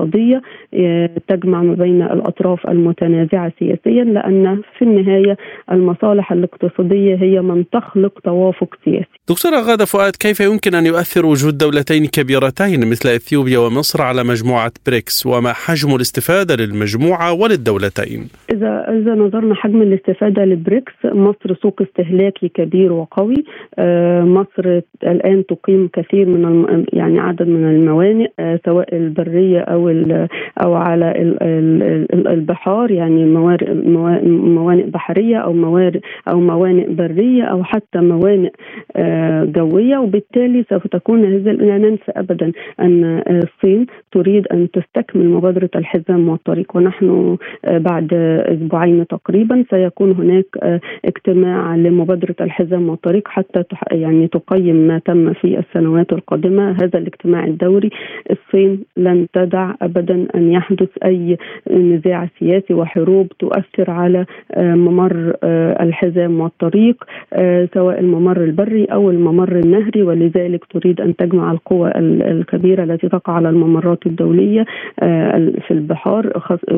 اقتصادية تجمع ما بين الأطراف المتنازعة سياسيا، لأن في النهاية المصالح الاقتصادية هي من تخلق توافق سياسي. دكتورة غادة فؤاد، كيف يمكن أن يؤثر وجود دولتين كبيرتين مثل إثيوبيا ومصر على مجموعة بريكس، وما حجم الاستفادة للمجموعة وللدولتين؟ إذا إذا نظرنا حجم الاستفادة للبريكس، مصر سوق استهلاكي كبير وقوي. مصر الآن تقيم كثير من الم... يعني عدد من الموانئ سواء البرية أو ال... أو على البحار، يعني موارد موانئ بحرية أو موارد أو موانئ برية أو حتى موانئ جوية، وبالتالي سوف تكون هذا. لا ننسى أبدا أن الصين تريد أن تستكمل مبادرة الحزام والطريق، ونحن بعد أسبوعين تقريبا سيكون هناك اجتماع لمبادرة الحزام والطريق حتى يعني تقيم ما تم في السنوات القادمة. هذا الاجتماع الدوري الصين لن تدع أبدا أن يحدث أي نزاع سياسي وحروب تؤثر على ممر الحزام والطريق، سواء الممر البري أو الممر النهري، ولذلك تريد أن تجمع القوى الكبيرة التي تقع على الممرات الدولية في البحار،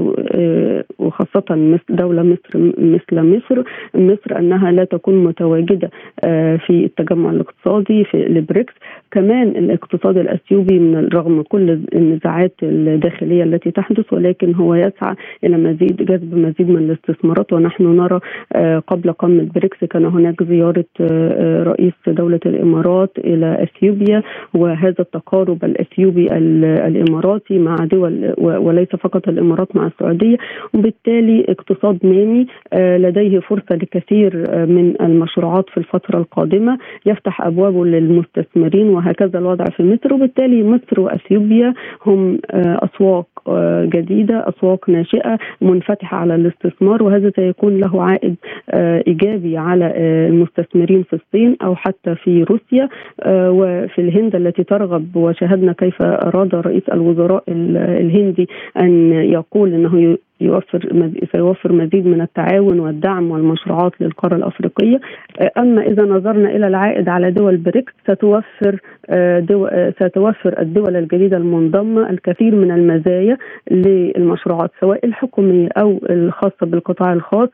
وخاصة دولة مصر مثل مصر مصر أنها لا تكون متواجدة في التجمع الاقتصادي في البريكس. كمان الاقتصاد الأثيوبي من رغم كل النزاعات الداخلية التي تحدث، ولكن هو يسعى إلى مزيد جذب مزيد من الاستثمارات. ونحن نرى قبل قمة بريكس كان هناك زيارة رئيس دولة الإمارات إلى أثيوبيا، وهذا التقارب الأثيوبي الإماراتي مع دول وليس فقط الإمارات مع السعودية، وبالتالي اقتصاد نامي لديه فرصة لكثير من المشروعات في الفترة القادمة، يفتح أبوابه للمستثمرين، وهكذا الوضع في مصر. وبالتالي مصر وأثيوبيا هم أسواق جديدة، أسواق ناشئة منفتحة على الاستثمار، وهذا سيكون له عائد إيجابي على المستثمرين في الصين أو حتى في روسيا وفي الهند التي ترغب. وشاهدنا كيف أراد رئيس الوزراء الهندي أن يقول أنه يوفر سيوفر مزيد من التعاون والدعم والمشروعات للقارة الأفريقية. أما إذا نظرنا إلى العائد على دول بريكس، ستوفر دول ستوفر الدول الجديدة المنضمة الكثير من المزايا للمشروعات سواء الحكومية أو الخاصة بالقطاع الخاص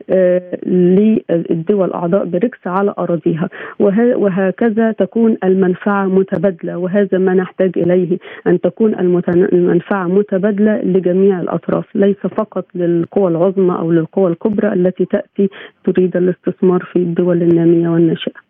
للدول أعضاء بريكس على أراضيها، وهكذا تكون المنفعة متبادلة. وهذا ما نحتاج إليه، أن تكون المنفعة متبادلة لجميع الأطراف، ليس فقط للقوى العظمى أو للقوى الكبرى التي تأتي تريد الاستثمار في الدول النامية والناشئة.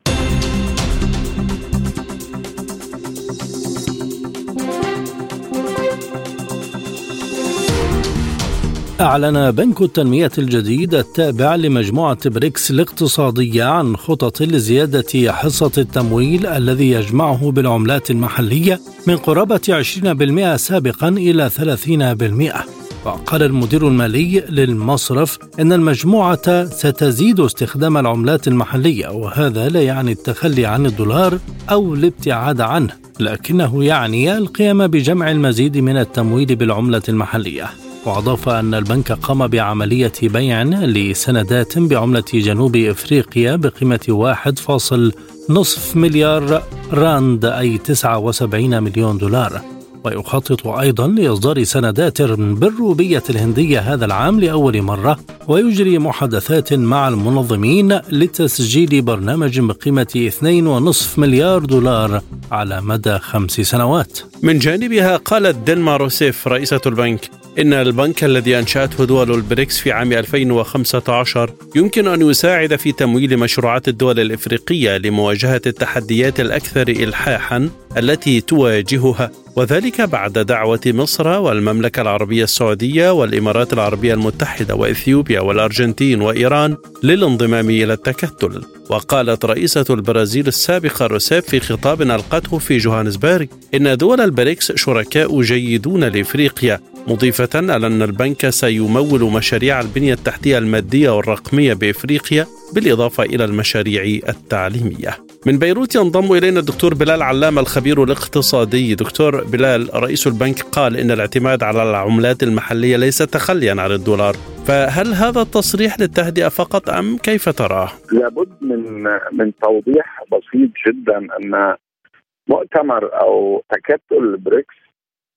أعلن بنك التنمية الجديد التابع لمجموعة بريكس الاقتصادية عن خطط لزيادة حصة التمويل الذي يجمعه بالعملات المحلية من قرابة عشرين بالمئة سابقا إلى ثلاثين بالمئة. وقال المدير المالي للمصرف إن المجموعة ستزيد استخدام العملات المحلية، وهذا لا يعني التخلي عن الدولار أو الابتعاد عنه، لكنه يعني القيام بجمع المزيد من التمويل بالعملة المحلية. وأضاف أن البنك قام بعملية بيع لسندات بعملة جنوب إفريقيا بقيمة واحد فاصل نصف مليار راند أي تسعة وسبعين مليون دولار. ويخطط أيضا لإصدار سندات بالروبية الهندية هذا العام لأول مرة، ويجري محادثات مع المنظمين لتسجيل برنامج بقيمة اثنين ونصف مليار دولار على مدى خمس سنوات. من جانبها قالت ديلما روسيف رئيسة البنك إن البنك الذي أنشأته دول البريكس في عام ألفين وخمسة عشر يمكن أن يساعد في تمويل مشروعات الدول الإفريقية لمواجهة التحديات الأكثر إلحاحا التي تواجهها، وذلك بعد دعوة مصر والمملكة العربية السعودية والإمارات العربية المتحدة وإثيوبيا والأرجنتين وإيران للانضمام إلى التكتل. وقالت رئيسة البرازيل السابقة روسيف في خطاب ألقته في جوهانسبرغ إن دول البريكس شركاء جيدون لإفريقيا، مضيفة على أن البنك سيمول مشاريع البنية التحتية المادية والرقمية بإفريقيا بالإضافة إلى المشاريع التعليمية. من بيروت ينضم إلينا الدكتور بلال علام الخبير الاقتصادي. دكتور بلال، رئيس البنك قال إن الاعتماد على العملات المحلية ليس تخليا عن الدولار، فهل هذا التصريح للتهدئة فقط أم كيف تراه؟ لابد من من توضيح بسيط جدا أن مؤتمر أو تكتل بريكس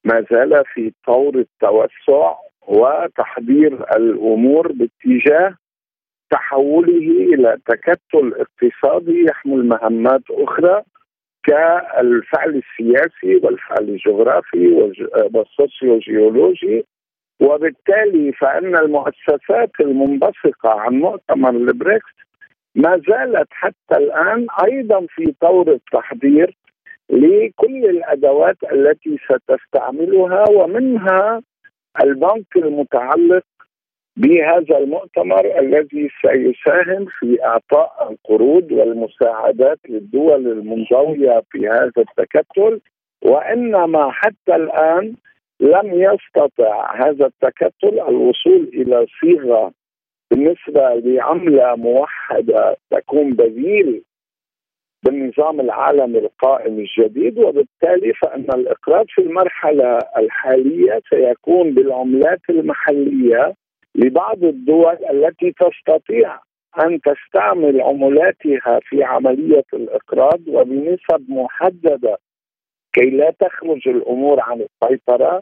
ما زال في طور التوسع وتحضير الأمور باتجاه تحوله إلى تكتل اقتصادي يحمل مهمات أخرى كالفعل السياسي والفعل الجغرافي والسوسيو-جيولوجي. وبالتالي فإن المؤسسات المنبثقة عن مؤتمر البريكس ما زالت حتى الآن أيضا في طور التحضير لكل الأدوات التي ستستعملها، ومنها البنك المتعلق بهذا المؤتمر الذي سيساهم في إعطاء القروض والمساعدات للدول المنضوية في هذا التكتل. وإنما حتى الآن لم يستطع هذا التكتل الوصول إلى صيغة بالنسبة لعملة موحدة تكون بديل بالنظام العالمي القائم الجديد. وبالتالي فإن الإقراض في المرحلة الحالية سيكون بالعملات المحلية لبعض الدول التي تستطيع أن تستعمل عملاتها في عملية الإقراض وبنسب محددة كي لا تخرج الأمور عن السيطرة،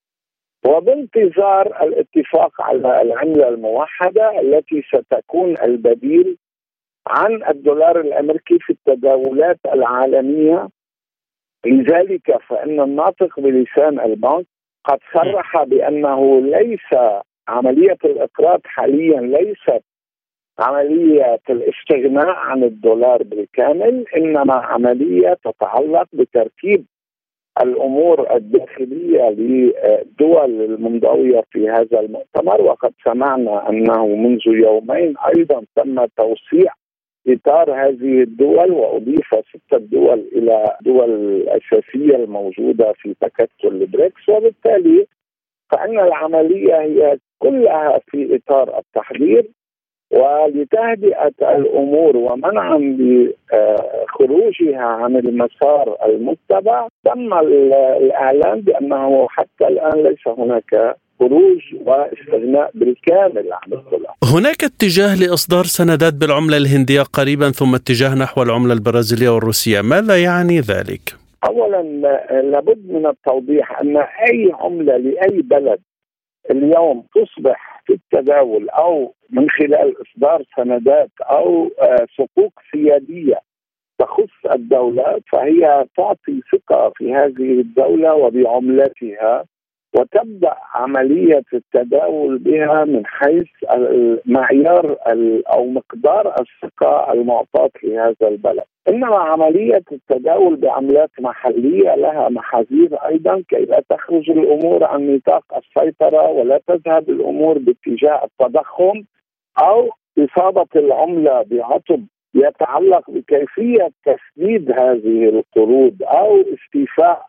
وبانتظار الاتفاق على العملة الموحدة التي ستكون البديل عن الدولار الأمريكي في التداولات العالمية. لذلك فإن الناطق بلسان البنك قد صرح بأنه ليس عملية الإقراض حاليا ليست عملية الاستغناء عن الدولار بالكامل، إنما عملية تتعلق بترتيب الأمور الداخلية للدول المنضوية في هذا المؤتمر. وقد سمعنا أنه منذ يومين أيضا تم توسيع إطار هذه الدول وأضيف ستة دول إلى دول الأساسية الموجودة في تكتل البريكس. وبالتالي فإن العملية هي كلها في إطار التحضير ولتهدئة الأمور ومنعا لخروجها عن المسار المتبع. تم الإعلان بأنه حتى الآن ليس هناك خروج واستغناء بالكامل عن الدولار. هناك اتجاه لإصدار سندات بالعملة الهندية قريبا، ثم اتجاه نحو العملة البرازيلية والروسية، ماذا يعني ذلك؟ أولا لابد من التوضيح أن أي عملة لأي بلد اليوم تصبح في التداول أو من خلال إصدار سندات أو صكوك سيادية تخص الدولة، فهي تعطي ثقة في هذه الدولة وبعملتها، وتبدأ عملية التداول بها من حيث المعيار أو مقدار الثقة المعطاة لهذا البلد. إنما عملية التداول بعملات محلية لها محاذير أيضا كي لا تخرج الأمور عن نطاق السيطرة ولا تذهب الأمور باتجاه التضخم أو إصابة العملة بعطب يتعلق بكيفية تسديد هذه القروض أو استيفاء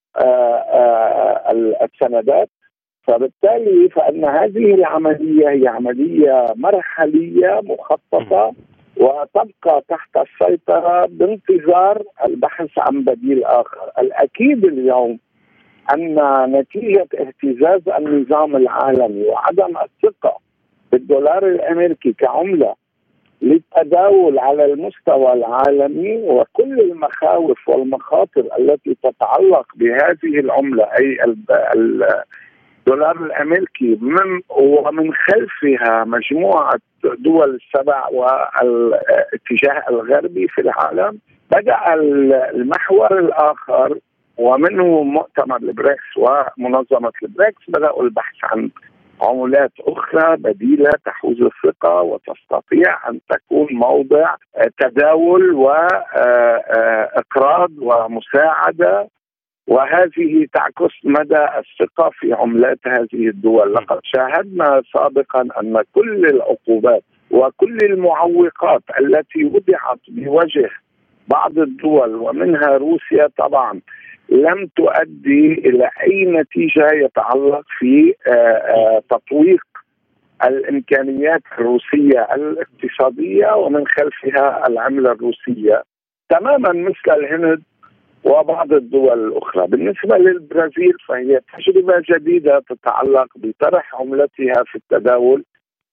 السندات. فبالتالي فإن هذه العملية هي عملية مرحلية مخططة وتبقى تحت السيطرة بانتظار البحث عن بديل آخر. الأكيد اليوم أن نتيجة اهتزاز النظام العالمي وعدم الثقة بالدولار الأمريكي كعملة للتداول على المستوى العالمي وكل المخاوف والمخاطر التي تتعلق بهذه العملة أي الدولار الأمريكي من ومن خلفها مجموعة دول السبع والاتجاه الغربي في العالم، بدأ المحور الآخر ومنه مؤتمر البريكس ومنظمة البريكس بدأوا البحث عن عملات أخرى بديلة تحوز الثقة وتستطيع أن تكون موضع تداول وإقراض ومساعدة، وهذه تعكس مدى الثقة في عملات هذه الدول. لقد شاهدنا سابقا أن كل العقوبات وكل المعوقات التي وضعت بوجه بعض الدول ومنها روسيا طبعا لم تؤدي إلى أي نتيجة يتعلق في تطويق الإمكانيات الروسية الاقتصادية ومن خلفها العملة الروسية، تماما مثل الهند وبعض الدول الأخرى. بالنسبة للبرازيل فهي تجربة جديدة تتعلق بطرح عملتها في التداول،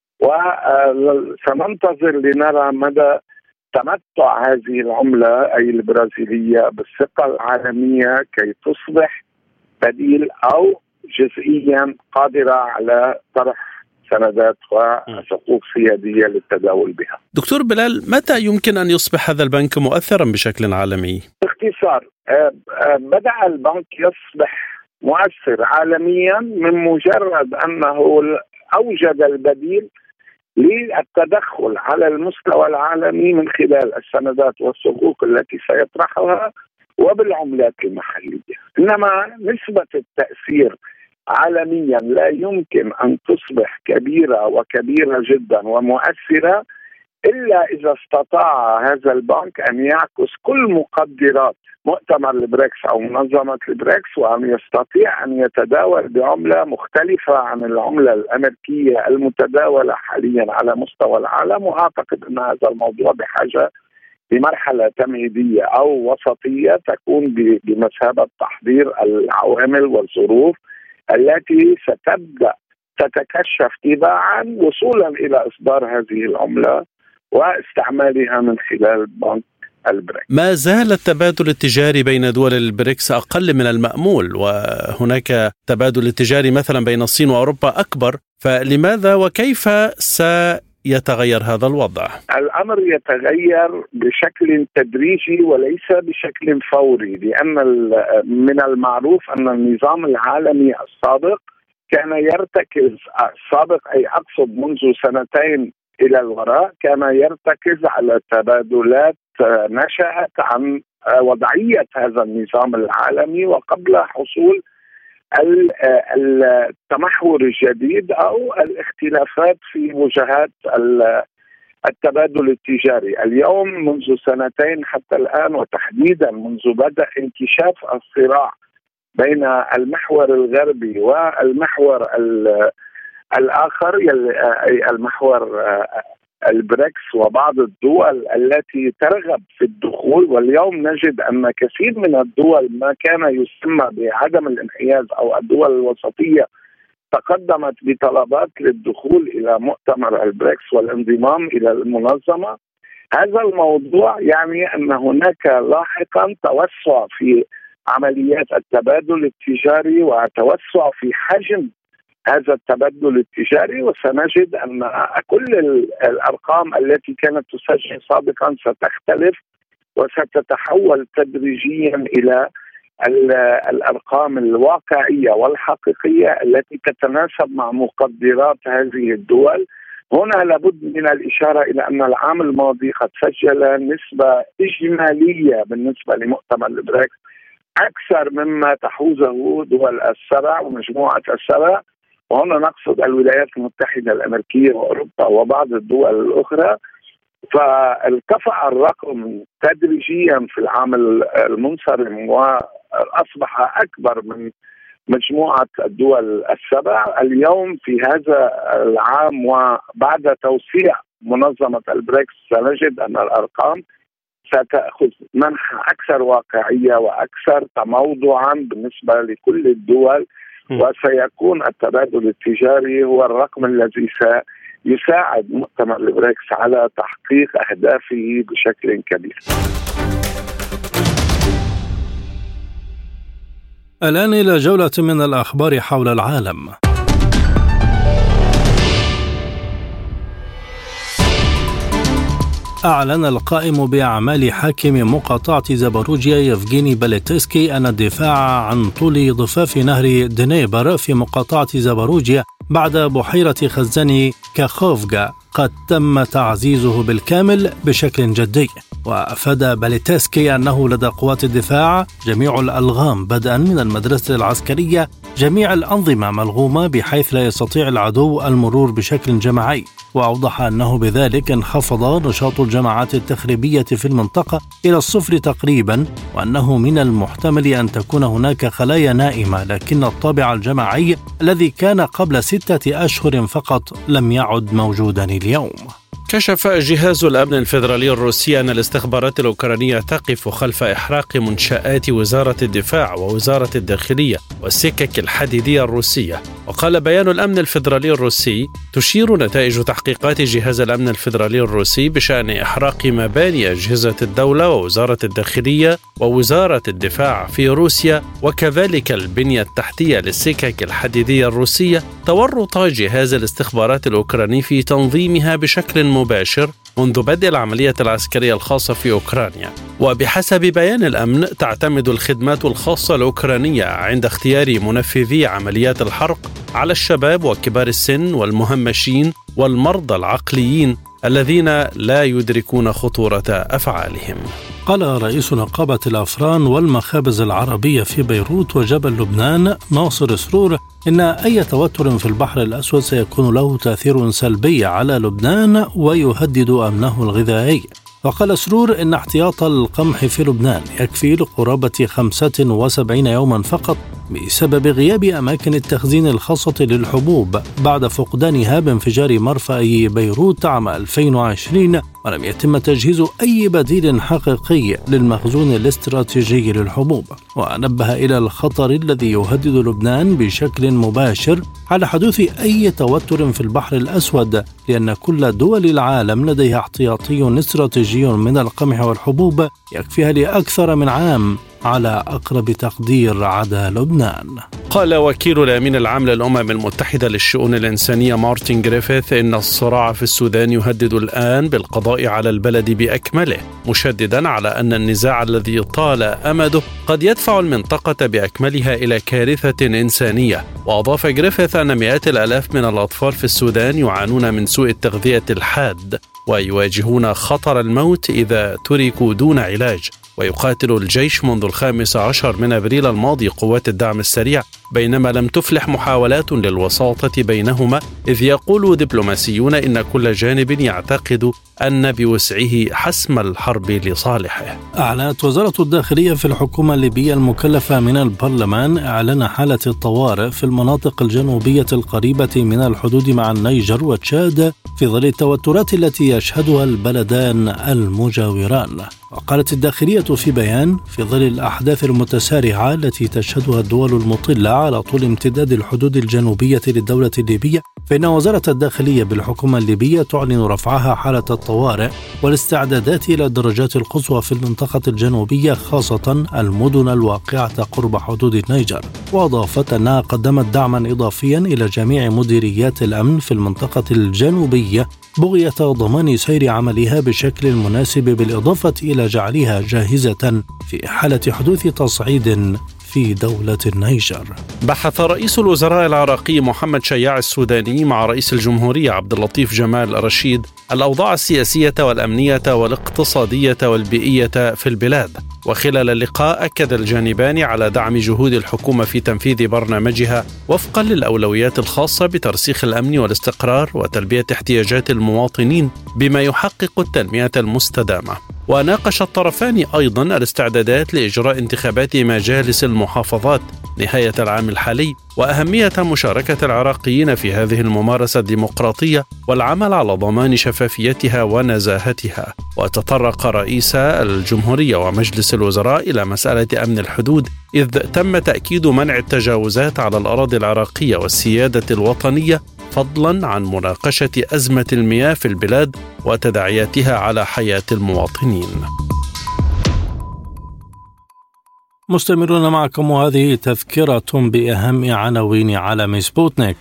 وسننتظر لنرى مدى تمتع هذه العملة أي البرازيلية بالثقة العالمية كي تصبح بديل أو جزئيا قادرة على طرح سندات وحقوق سيادية للتداول بها. دكتور بلال، متى يمكن أن يصبح هذا البنك مؤثرا بشكل عالمي؟ باختصار، بدأ البنك يصبح مؤثر عالميا من مجرد أنه أوجد البديل للتدخل على المستوى العالمي من خلال السندات والصكوك التي سيطرحها وبالعملات المحلية. إنما نسبة التأثير عالميا لا يمكن أن تصبح كبيرة وكبيرة جدا ومؤثرة إلا إذا استطاع هذا البنك أن يعكس كل مقدرات مؤتمر البريكس أو منظمة البريكس، وأن يستطيع أن يتداول بعملة مختلفة عن العملة الأمريكية المتداولة حاليا على مستوى العالم. وأعتقد أن هذا الموضوع بحاجة بمرحلة تمهيدية أو وسطية تكون بمثابة تحضير العوامل والظروف التي ستبدأ تتكشف تباعا وصولا إلى إصدار هذه العملة واستعمالها من خلال بنك البريكس. ما زال التبادل التجاري بين دول البريكس أقل من المأمول، وهناك تبادل تجاري مثلا بين الصين وأوروبا أكبر، فلماذا وكيف سيتغير هذا الوضع؟ الأمر يتغير بشكل تدريجي وليس بشكل فوري، لأن من المعروف أن النظام العالمي السابق كان يرتكز السابق أي أقصد منذ سنتين إلى الوراء كان يرتكز على تبادلات نشأت عن وضعية هذا النظام العالمي وقبل حصول التمحور الجديد أو الاختلافات في وجهات التبادل التجاري. اليوم منذ سنتين حتى الآن، وتحديدا منذ بدء انكشاف الصراع بين المحور الغربي والمحور الآخر أي المحور البريكس وبعض الدول التي ترغب في الدخول، واليوم نجد أن كثير من الدول ما كان يسمى بعدم الانحياز أو الدول الوسطية تقدمت بطلبات للدخول إلى مؤتمر البريكس والانضمام إلى المنظمة. هذا الموضوع يعني أن هناك لاحقا توسع في عمليات التبادل التجاري وتوسع في حجم هذا التبادل التجاري، وسنجد أن كل الأرقام التي كانت تسجل سابقا ستختلف وستتحول تدريجيا إلى الأرقام الواقعية والحقيقية التي تتناسب مع مقدرات هذه الدول. هنا لابد من الإشارة إلى أن العام الماضي قد سجل نسبة إجمالية بالنسبة لمؤتمر البريكس أكثر مما تحوزه دول السبع ومجموعة السبع، وهنا نقصد الولايات المتحدة الأمريكية وأوروبا وبعض الدول الأخرى. فارتفع الرقم تدريجيا في العام المنصرم وأصبح أكبر من مجموعة الدول السبع. اليوم في هذا العام وبعد توسيع منظمة البريكس سنجد أن الأرقام ستأخذ منحى أكثر واقعية وأكثر تموضعا بالنسبة لكل الدول، وسيكون التبادل التجاري هو الرقم الذي سيساعد مؤتمر البريكس على تحقيق أهدافه بشكل كبير. الآن إلى جولة من الأخبار حول العالم. أعلن القائم بأعمال حاكم مقاطعة زاباروجيا يفغيني باليتسكي أن الدفاع عن طول ضفاف نهر دنيبر في مقاطعة زاباروجيا بعد بحيرة خزان كاخوفغا قد تم تعزيزه بالكامل بشكل جدي. وأفاد باليتسكي أنه لدى قوات الدفاع جميع الألغام بدءا من المدرسة العسكرية، جميع الأنظمة ملغومة بحيث لا يستطيع العدو المرور بشكل جماعي. وأوضح أنه بذلك انخفض نشاط الجماعات التخريبية في المنطقة إلى الصفر تقريبا، وأنه من المحتمل أن تكون هناك خلايا نائمة، لكن الطابع الجماعي الذي كان قبل ستة أشهر فقط لم يعد موجودا اليوم. كشف جهاز الأمن الفيدرالي الروسي أن الاستخبارات الأوكرانية تقف خلف إحراق منشآت وزارة الدفاع ووزارة الداخلية والسكك الحديدية الروسية، وقال بيان الأمن الفيدرالي الروسي: تشير نتائج تحقيقات جهاز الأمن الفيدرالي الروسي بشأن إحراق مباني أجهزة الدولة ووزارة الداخلية ووزارة الدفاع في روسيا وكذلك البنية التحتية للسكك الحديدية الروسية تورط جهاز الاستخبارات الأوكراني في تنظيمها بشكل مباشر منذ بدء العملية العسكرية الخاصة في أوكرانيا. وبحسب بيان الأمن تعتمد الخدمات الخاصة الأوكرانية عند اختيار منفذي عمليات الحرق على الشباب وكبار السن والمهمشين والمرضى العقليين الذين لا يدركون خطورة أفعالهم. قال رئيس نقابة الأفران والمخابز العربية في بيروت وجبل لبنان ناصر سرور إن أي توتر في البحر الأسود سيكون له تأثير سلبي على لبنان ويهدد أمنه الغذائي. وقال سرور إن احتياط القمح في لبنان يكفي لقرابة خمسة وسبعين يوما فقط بسبب غياب أماكن التخزين الخاصة للحبوب بعد فقدانها بانفجار مرفأ بيروت عام ألفين وعشرين، ولم يتم تجهيز أي بديل حقيقي للمخزون الاستراتيجي للحبوب. ونبه إلى الخطر الذي يهدد لبنان بشكل مباشر على حدوث أي توتر في البحر الأسود، لأن كل دول العالم لديها احتياطي استراتيجي من القمح والحبوب يكفيها لأكثر من عام على أقرب تقدير عدا لبنان. قال وكيل الأمين العام للأمم المتحدة للشؤون الإنسانية مارتن غريفيث إن الصراع في السودان يهدد الآن بالقضاء على البلد بأكمله، مشددا على أن النزاع الذي طال أمده قد يدفع المنطقة بأكملها إلى كارثة إنسانية. وأضاف غريفيث أن مئات الآلاف من الأطفال في السودان يعانون من سوء التغذية الحاد ويواجهون خطر الموت إذا تركوا دون علاج. ويقاتل الجيش منذ الخامس عشر من أبريل الماضي قوات الدعم السريع، بينما لم تفلح محاولات للوساطة بينهما، إذ يقول دبلوماسيون إن كل جانب يعتقد أن بوسعه حسم الحرب لصالحه. أعلنت وزارة الداخلية في الحكومة الليبية المكلفة من البرلمان إعلان حالة الطوارئ في المناطق الجنوبية القريبة من الحدود مع النيجر وتشاد في ظل التوترات التي يشهدها البلدان المجاوران. وقالت الداخلية في بيان: في ظل الأحداث المتسارعة التي تشهدها الدول المطلة على طول امتداد الحدود الجنوبية للدولة الليبية، فإن وزارة الداخلية بالحكومة الليبية تعلن رفعها حالة الطوارئ والاستعدادات إلى الدرجات القصوى في المنطقة الجنوبية، خاصة المدن الواقعة قرب حدود النيجر. وأضافت أنها قدمت دعما إضافيا إلى جميع مديريات الأمن في المنطقة الجنوبية بغية ضمان سير عملها بشكل مناسب، بالإضافة إلى جعلها جاهزة في حالة حدوث تصعيد في دولة النيجر. بحث رئيس الوزراء العراقي محمد شياع السوداني مع رئيس الجمهورية عبد اللطيف جمال رشيد الأوضاع السياسية والأمنية والاقتصادية والبيئية في البلاد. وخلال اللقاء أكد الجانبان على دعم جهود الحكومة في تنفيذ برنامجها وفقا للأولويات الخاصة بترسيخ الأمن والاستقرار وتلبية احتياجات المواطنين بما يحقق التنمية المستدامة. وناقش الطرفان أيضا الاستعدادات لإجراء انتخابات مجالس المحافظات نهاية العام الحالي، وأهمية مشاركة العراقيين في هذه الممارسة الديمقراطية والعمل على ضمان شفافيتها ونزاهتها. وتطرق رئيس الجمهورية ومجلس الوزراء إلى مسألة أمن الحدود، إذ تم تأكيد منع التجاوزات على الأراضي العراقية والسيادة الوطنية، فضلا عن مناقشة أزمة المياه في البلاد وتداعياتها على حياة المواطنين. مستمرون معكم، وهذه تذكرة بأهم عناوين عالم سبوتنيك.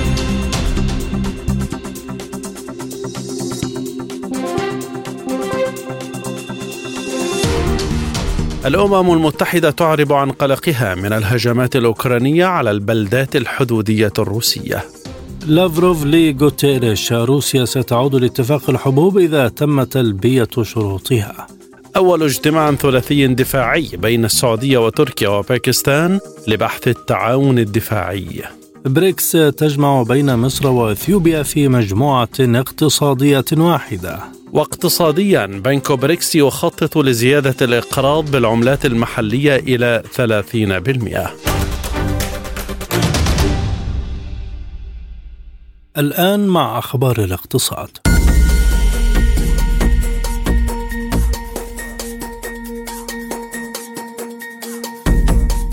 الأمم المتحدة تعرب عن قلقها من الهجمات الأوكرانية على البلدات الحدودية الروسية. لافروف لغوتيريش: روسيا ستعود لاتفاق الحبوب إذا تم تلبية شروطها. أول اجتماع ثلاثي دفاعي بين السعودية وتركيا وباكستان لبحث التعاون الدفاعي. بريكس تجمع بين مصر وإثيوبيا في مجموعة اقتصادية واحدة. واقتصاديا، بنك بريكس يخطط لزيادة الإقراض بالعملات المحلية إلى ثلاثين بالمئة. الآن مع أخبار الاقتصاد.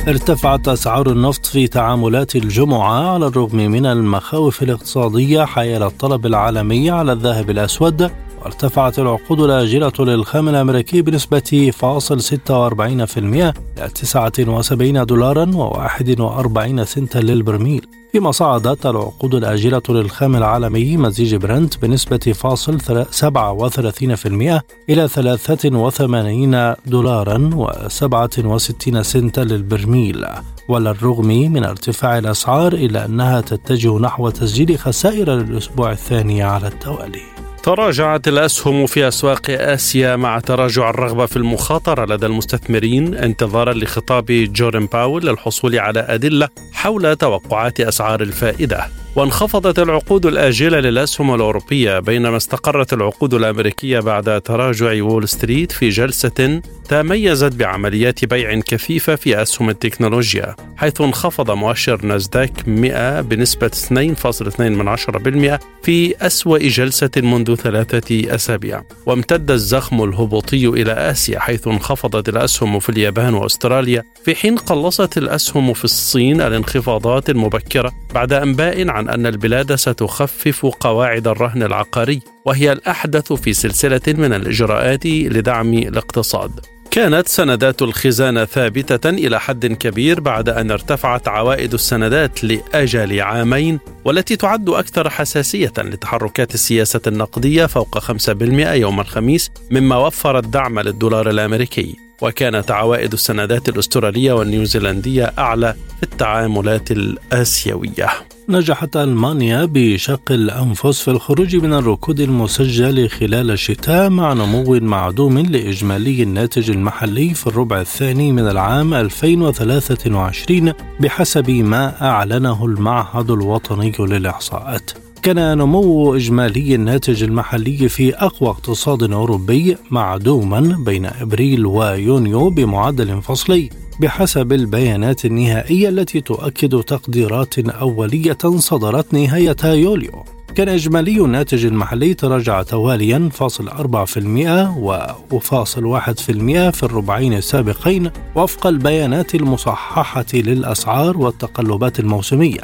ارتفعت أسعار النفط في تعاملات الجمعة على الرغم من المخاوف الاقتصادية حيال الطلب العالمي على الذهب الأسود، وارتفعت العقود الآجلة للخام الأمريكي بنسبة فاصل ستة وأربعين بالمئة إلى تسعة وسبعين دولارا وواحد وأربعين سنتا للبرميل، فيما صعدت العقود الآجلة للخام العالمي مزيج برنت بنسبة فاصل سبعة وثلاثين بالمئة إلى ثلاثة وثمانين دولارا وسبعة وستين سنتا للبرميل. وعلى الرغم من ارتفاع الأسعار إلا أنها تتجه نحو تسجيل خسائر للأسبوع الثاني على التوالي. تراجعت الأسهم في أسواق آسيا مع تراجع الرغبة في المخاطرة لدى المستثمرين انتظارا لخطاب جيروم باول للحصول على أدلة حول توقعات أسعار الفائدة. وانخفضت العقود الآجلة للأسهم الأوروبية بينما استقرت العقود الأمريكية بعد تراجع وول ستريت في جلسة تميزت بعمليات بيع كثيفة في أسهم التكنولوجيا، حيث انخفض مؤشر ناسداك مئة بنسبة اثنين فاصلة اثنين بالمئة في أسوأ جلسة منذ ثلاثة أسابيع. وامتد الزخم الهبوطي إلى آسيا، حيث انخفضت الأسهم في اليابان وأستراليا، في حين قلصت الأسهم في الصين الانخفاضات المبكرة بعد أنباء عن أن البلاد ستخفف قواعد الرهن العقاري، وهي الأحدث في سلسلة من الإجراءات لدعم الاقتصاد. كانت سندات الخزانة ثابتة إلى حد كبير بعد أن ارتفعت عوائد السندات لأجل عامين، والتي تعد أكثر حساسية لتحركات السياسة النقدية فوق خمسة بالمئة يوم الخميس، مما وفر الدعم للدولار الأمريكي. وكانت عوائد السندات الأسترالية والنيوزيلندية أعلى في التعاملات الآسيوية. نجحت ألمانيا بشق الأنفس في الخروج من الركود المسجل خلال الشتاء مع نمو معدوم لإجمالي الناتج المحلي في الربع الثاني من العام ألفين وثلاثة وعشرين بحسب ما أعلنه المعهد الوطني للإحصاءات. كان نمو إجمالي الناتج المحلي في أقوى اقتصاد أوروبي معدوما بين إبريل ويونيو بمعدل فصلي بحسب البيانات النهائية التي تؤكد تقديرات أولية صدرت نهاية يوليو. كان إجمالي الناتج المحلي تراجع تواليا فاصل أربعة بالمئة وفاصل واحد بالمئة في الربعين السابقين وفق البيانات المصححة للأسعار والتقلبات الموسمية،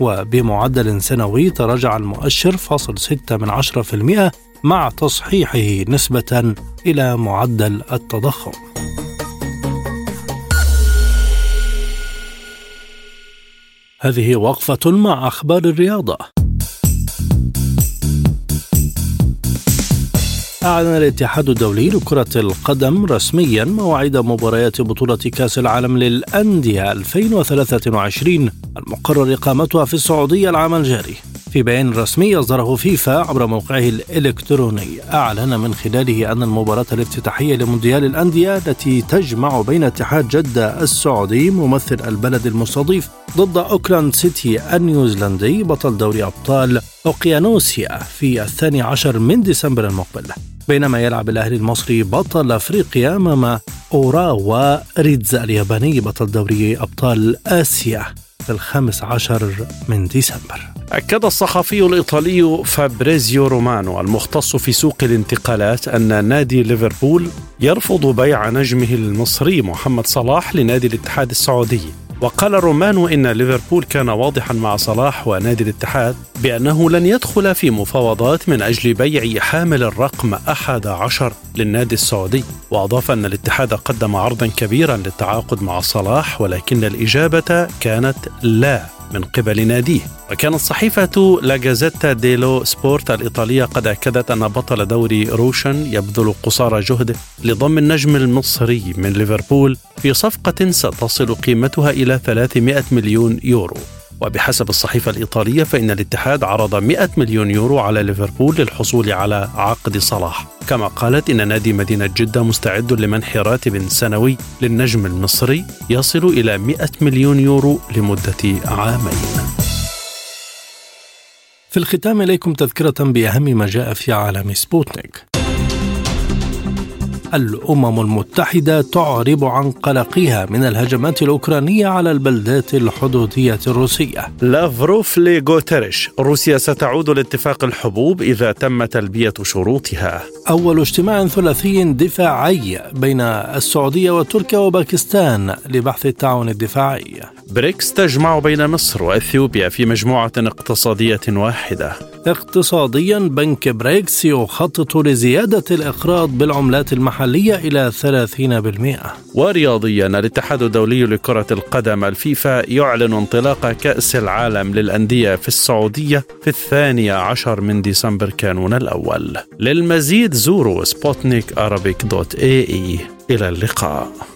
وبمعدل سنوي تراجع المؤشر فاصل ستة من عشرة بالمئة مع تصحيحه نسبة إلى معدل التضخم. هذه وقفة مع أخبار الرياضة. أعلن الاتحاد الدولي لكرة القدم رسميا مواعيد مباريات بطولة كأس العالم للأندية ألفين وثلاثة وعشرين المقرر إقامتها في السعودية العام الجاري. في بيان رسمي أصدره فيفا عبر موقعه الإلكتروني، أعلن من خلاله أن المباراة الافتتاحية لمونديال الأندية التي تجمع بين اتحاد جدة السعودي ممثل البلد المستضيف ضد أوكلاند سيتي النيوزيلندي بطل دوري أبطال أوقيانوسيا في الثاني عشر من ديسمبر المقبل، بينما يلعب الأهلي المصري بطل أفريقيا أمام أوراوا ريدز الياباني بطل دوري أبطال آسيا في الخامس عشر من ديسمبر. أكد الصحفي الإيطالي فابريزيو رومانو المختص في سوق الانتقالات أن نادي ليفربول يرفض بيع نجمه المصري محمد صلاح لنادي الاتحاد السعودي. وقال رومانو إن ليفربول كان واضحا مع صلاح ونادي الاتحاد بأنه لن يدخل في مفاوضات من أجل بيع حامل الرقم أحد عشر للنادي السعودي. وأضاف أن الاتحاد قدم عرضا كبيرا للتعاقد مع صلاح، ولكن الإجابة كانت لا من قبل ناديه. وكانت صحيفة لا جازيتا ديلو سبورت الإيطالية قد أكدت أن بطل دوري روشن يبذل قصارى جهده لضم النجم المصري من ليفربول في صفقة ستصل قيمتها إلى ثلاثمائة مليون يورو. وبحسب الصحيفة الإيطالية فإن الاتحاد عرض مائة مليون يورو على ليفربول للحصول على عقد صلاح. كما قالت إن نادي مدينة جدة مستعد لمنح راتب سنوي للنجم المصري يصل إلى مائة مليون يورو لمدة عامين. في الختام إليكم تذكرة بأهم ما جاء في عالم سبوتنيك. الأمم المتحدة تعرب عن قلقها من الهجمات الأوكرانية على البلدات الحدودية الروسية. لافروف لغوتيريش: روسيا ستعود لاتفاق الحبوب إذا تم تلبية شروطها. أول اجتماع ثلاثي دفاعي بين السعودية وتركيا وباكستان لبحث التعاون الدفاعي. بريكس تجمع بين مصر وإثيوبيا في مجموعة اقتصادية واحدة. اقتصاديا، بنك بريكس يخطط لزيادة الإقراض بالعملات المحلية إلى ثلاثين بالمئة. ورياضيا، الاتحاد الدولي لكرة القدم الفيفا يعلن انطلاق كأس العالم للأندية في السعودية في الثاني عشر من ديسمبر كانون الأول. للمزيد زوروا سبوتنيك أرابيك دوت إيه إي. إلى اللقاء.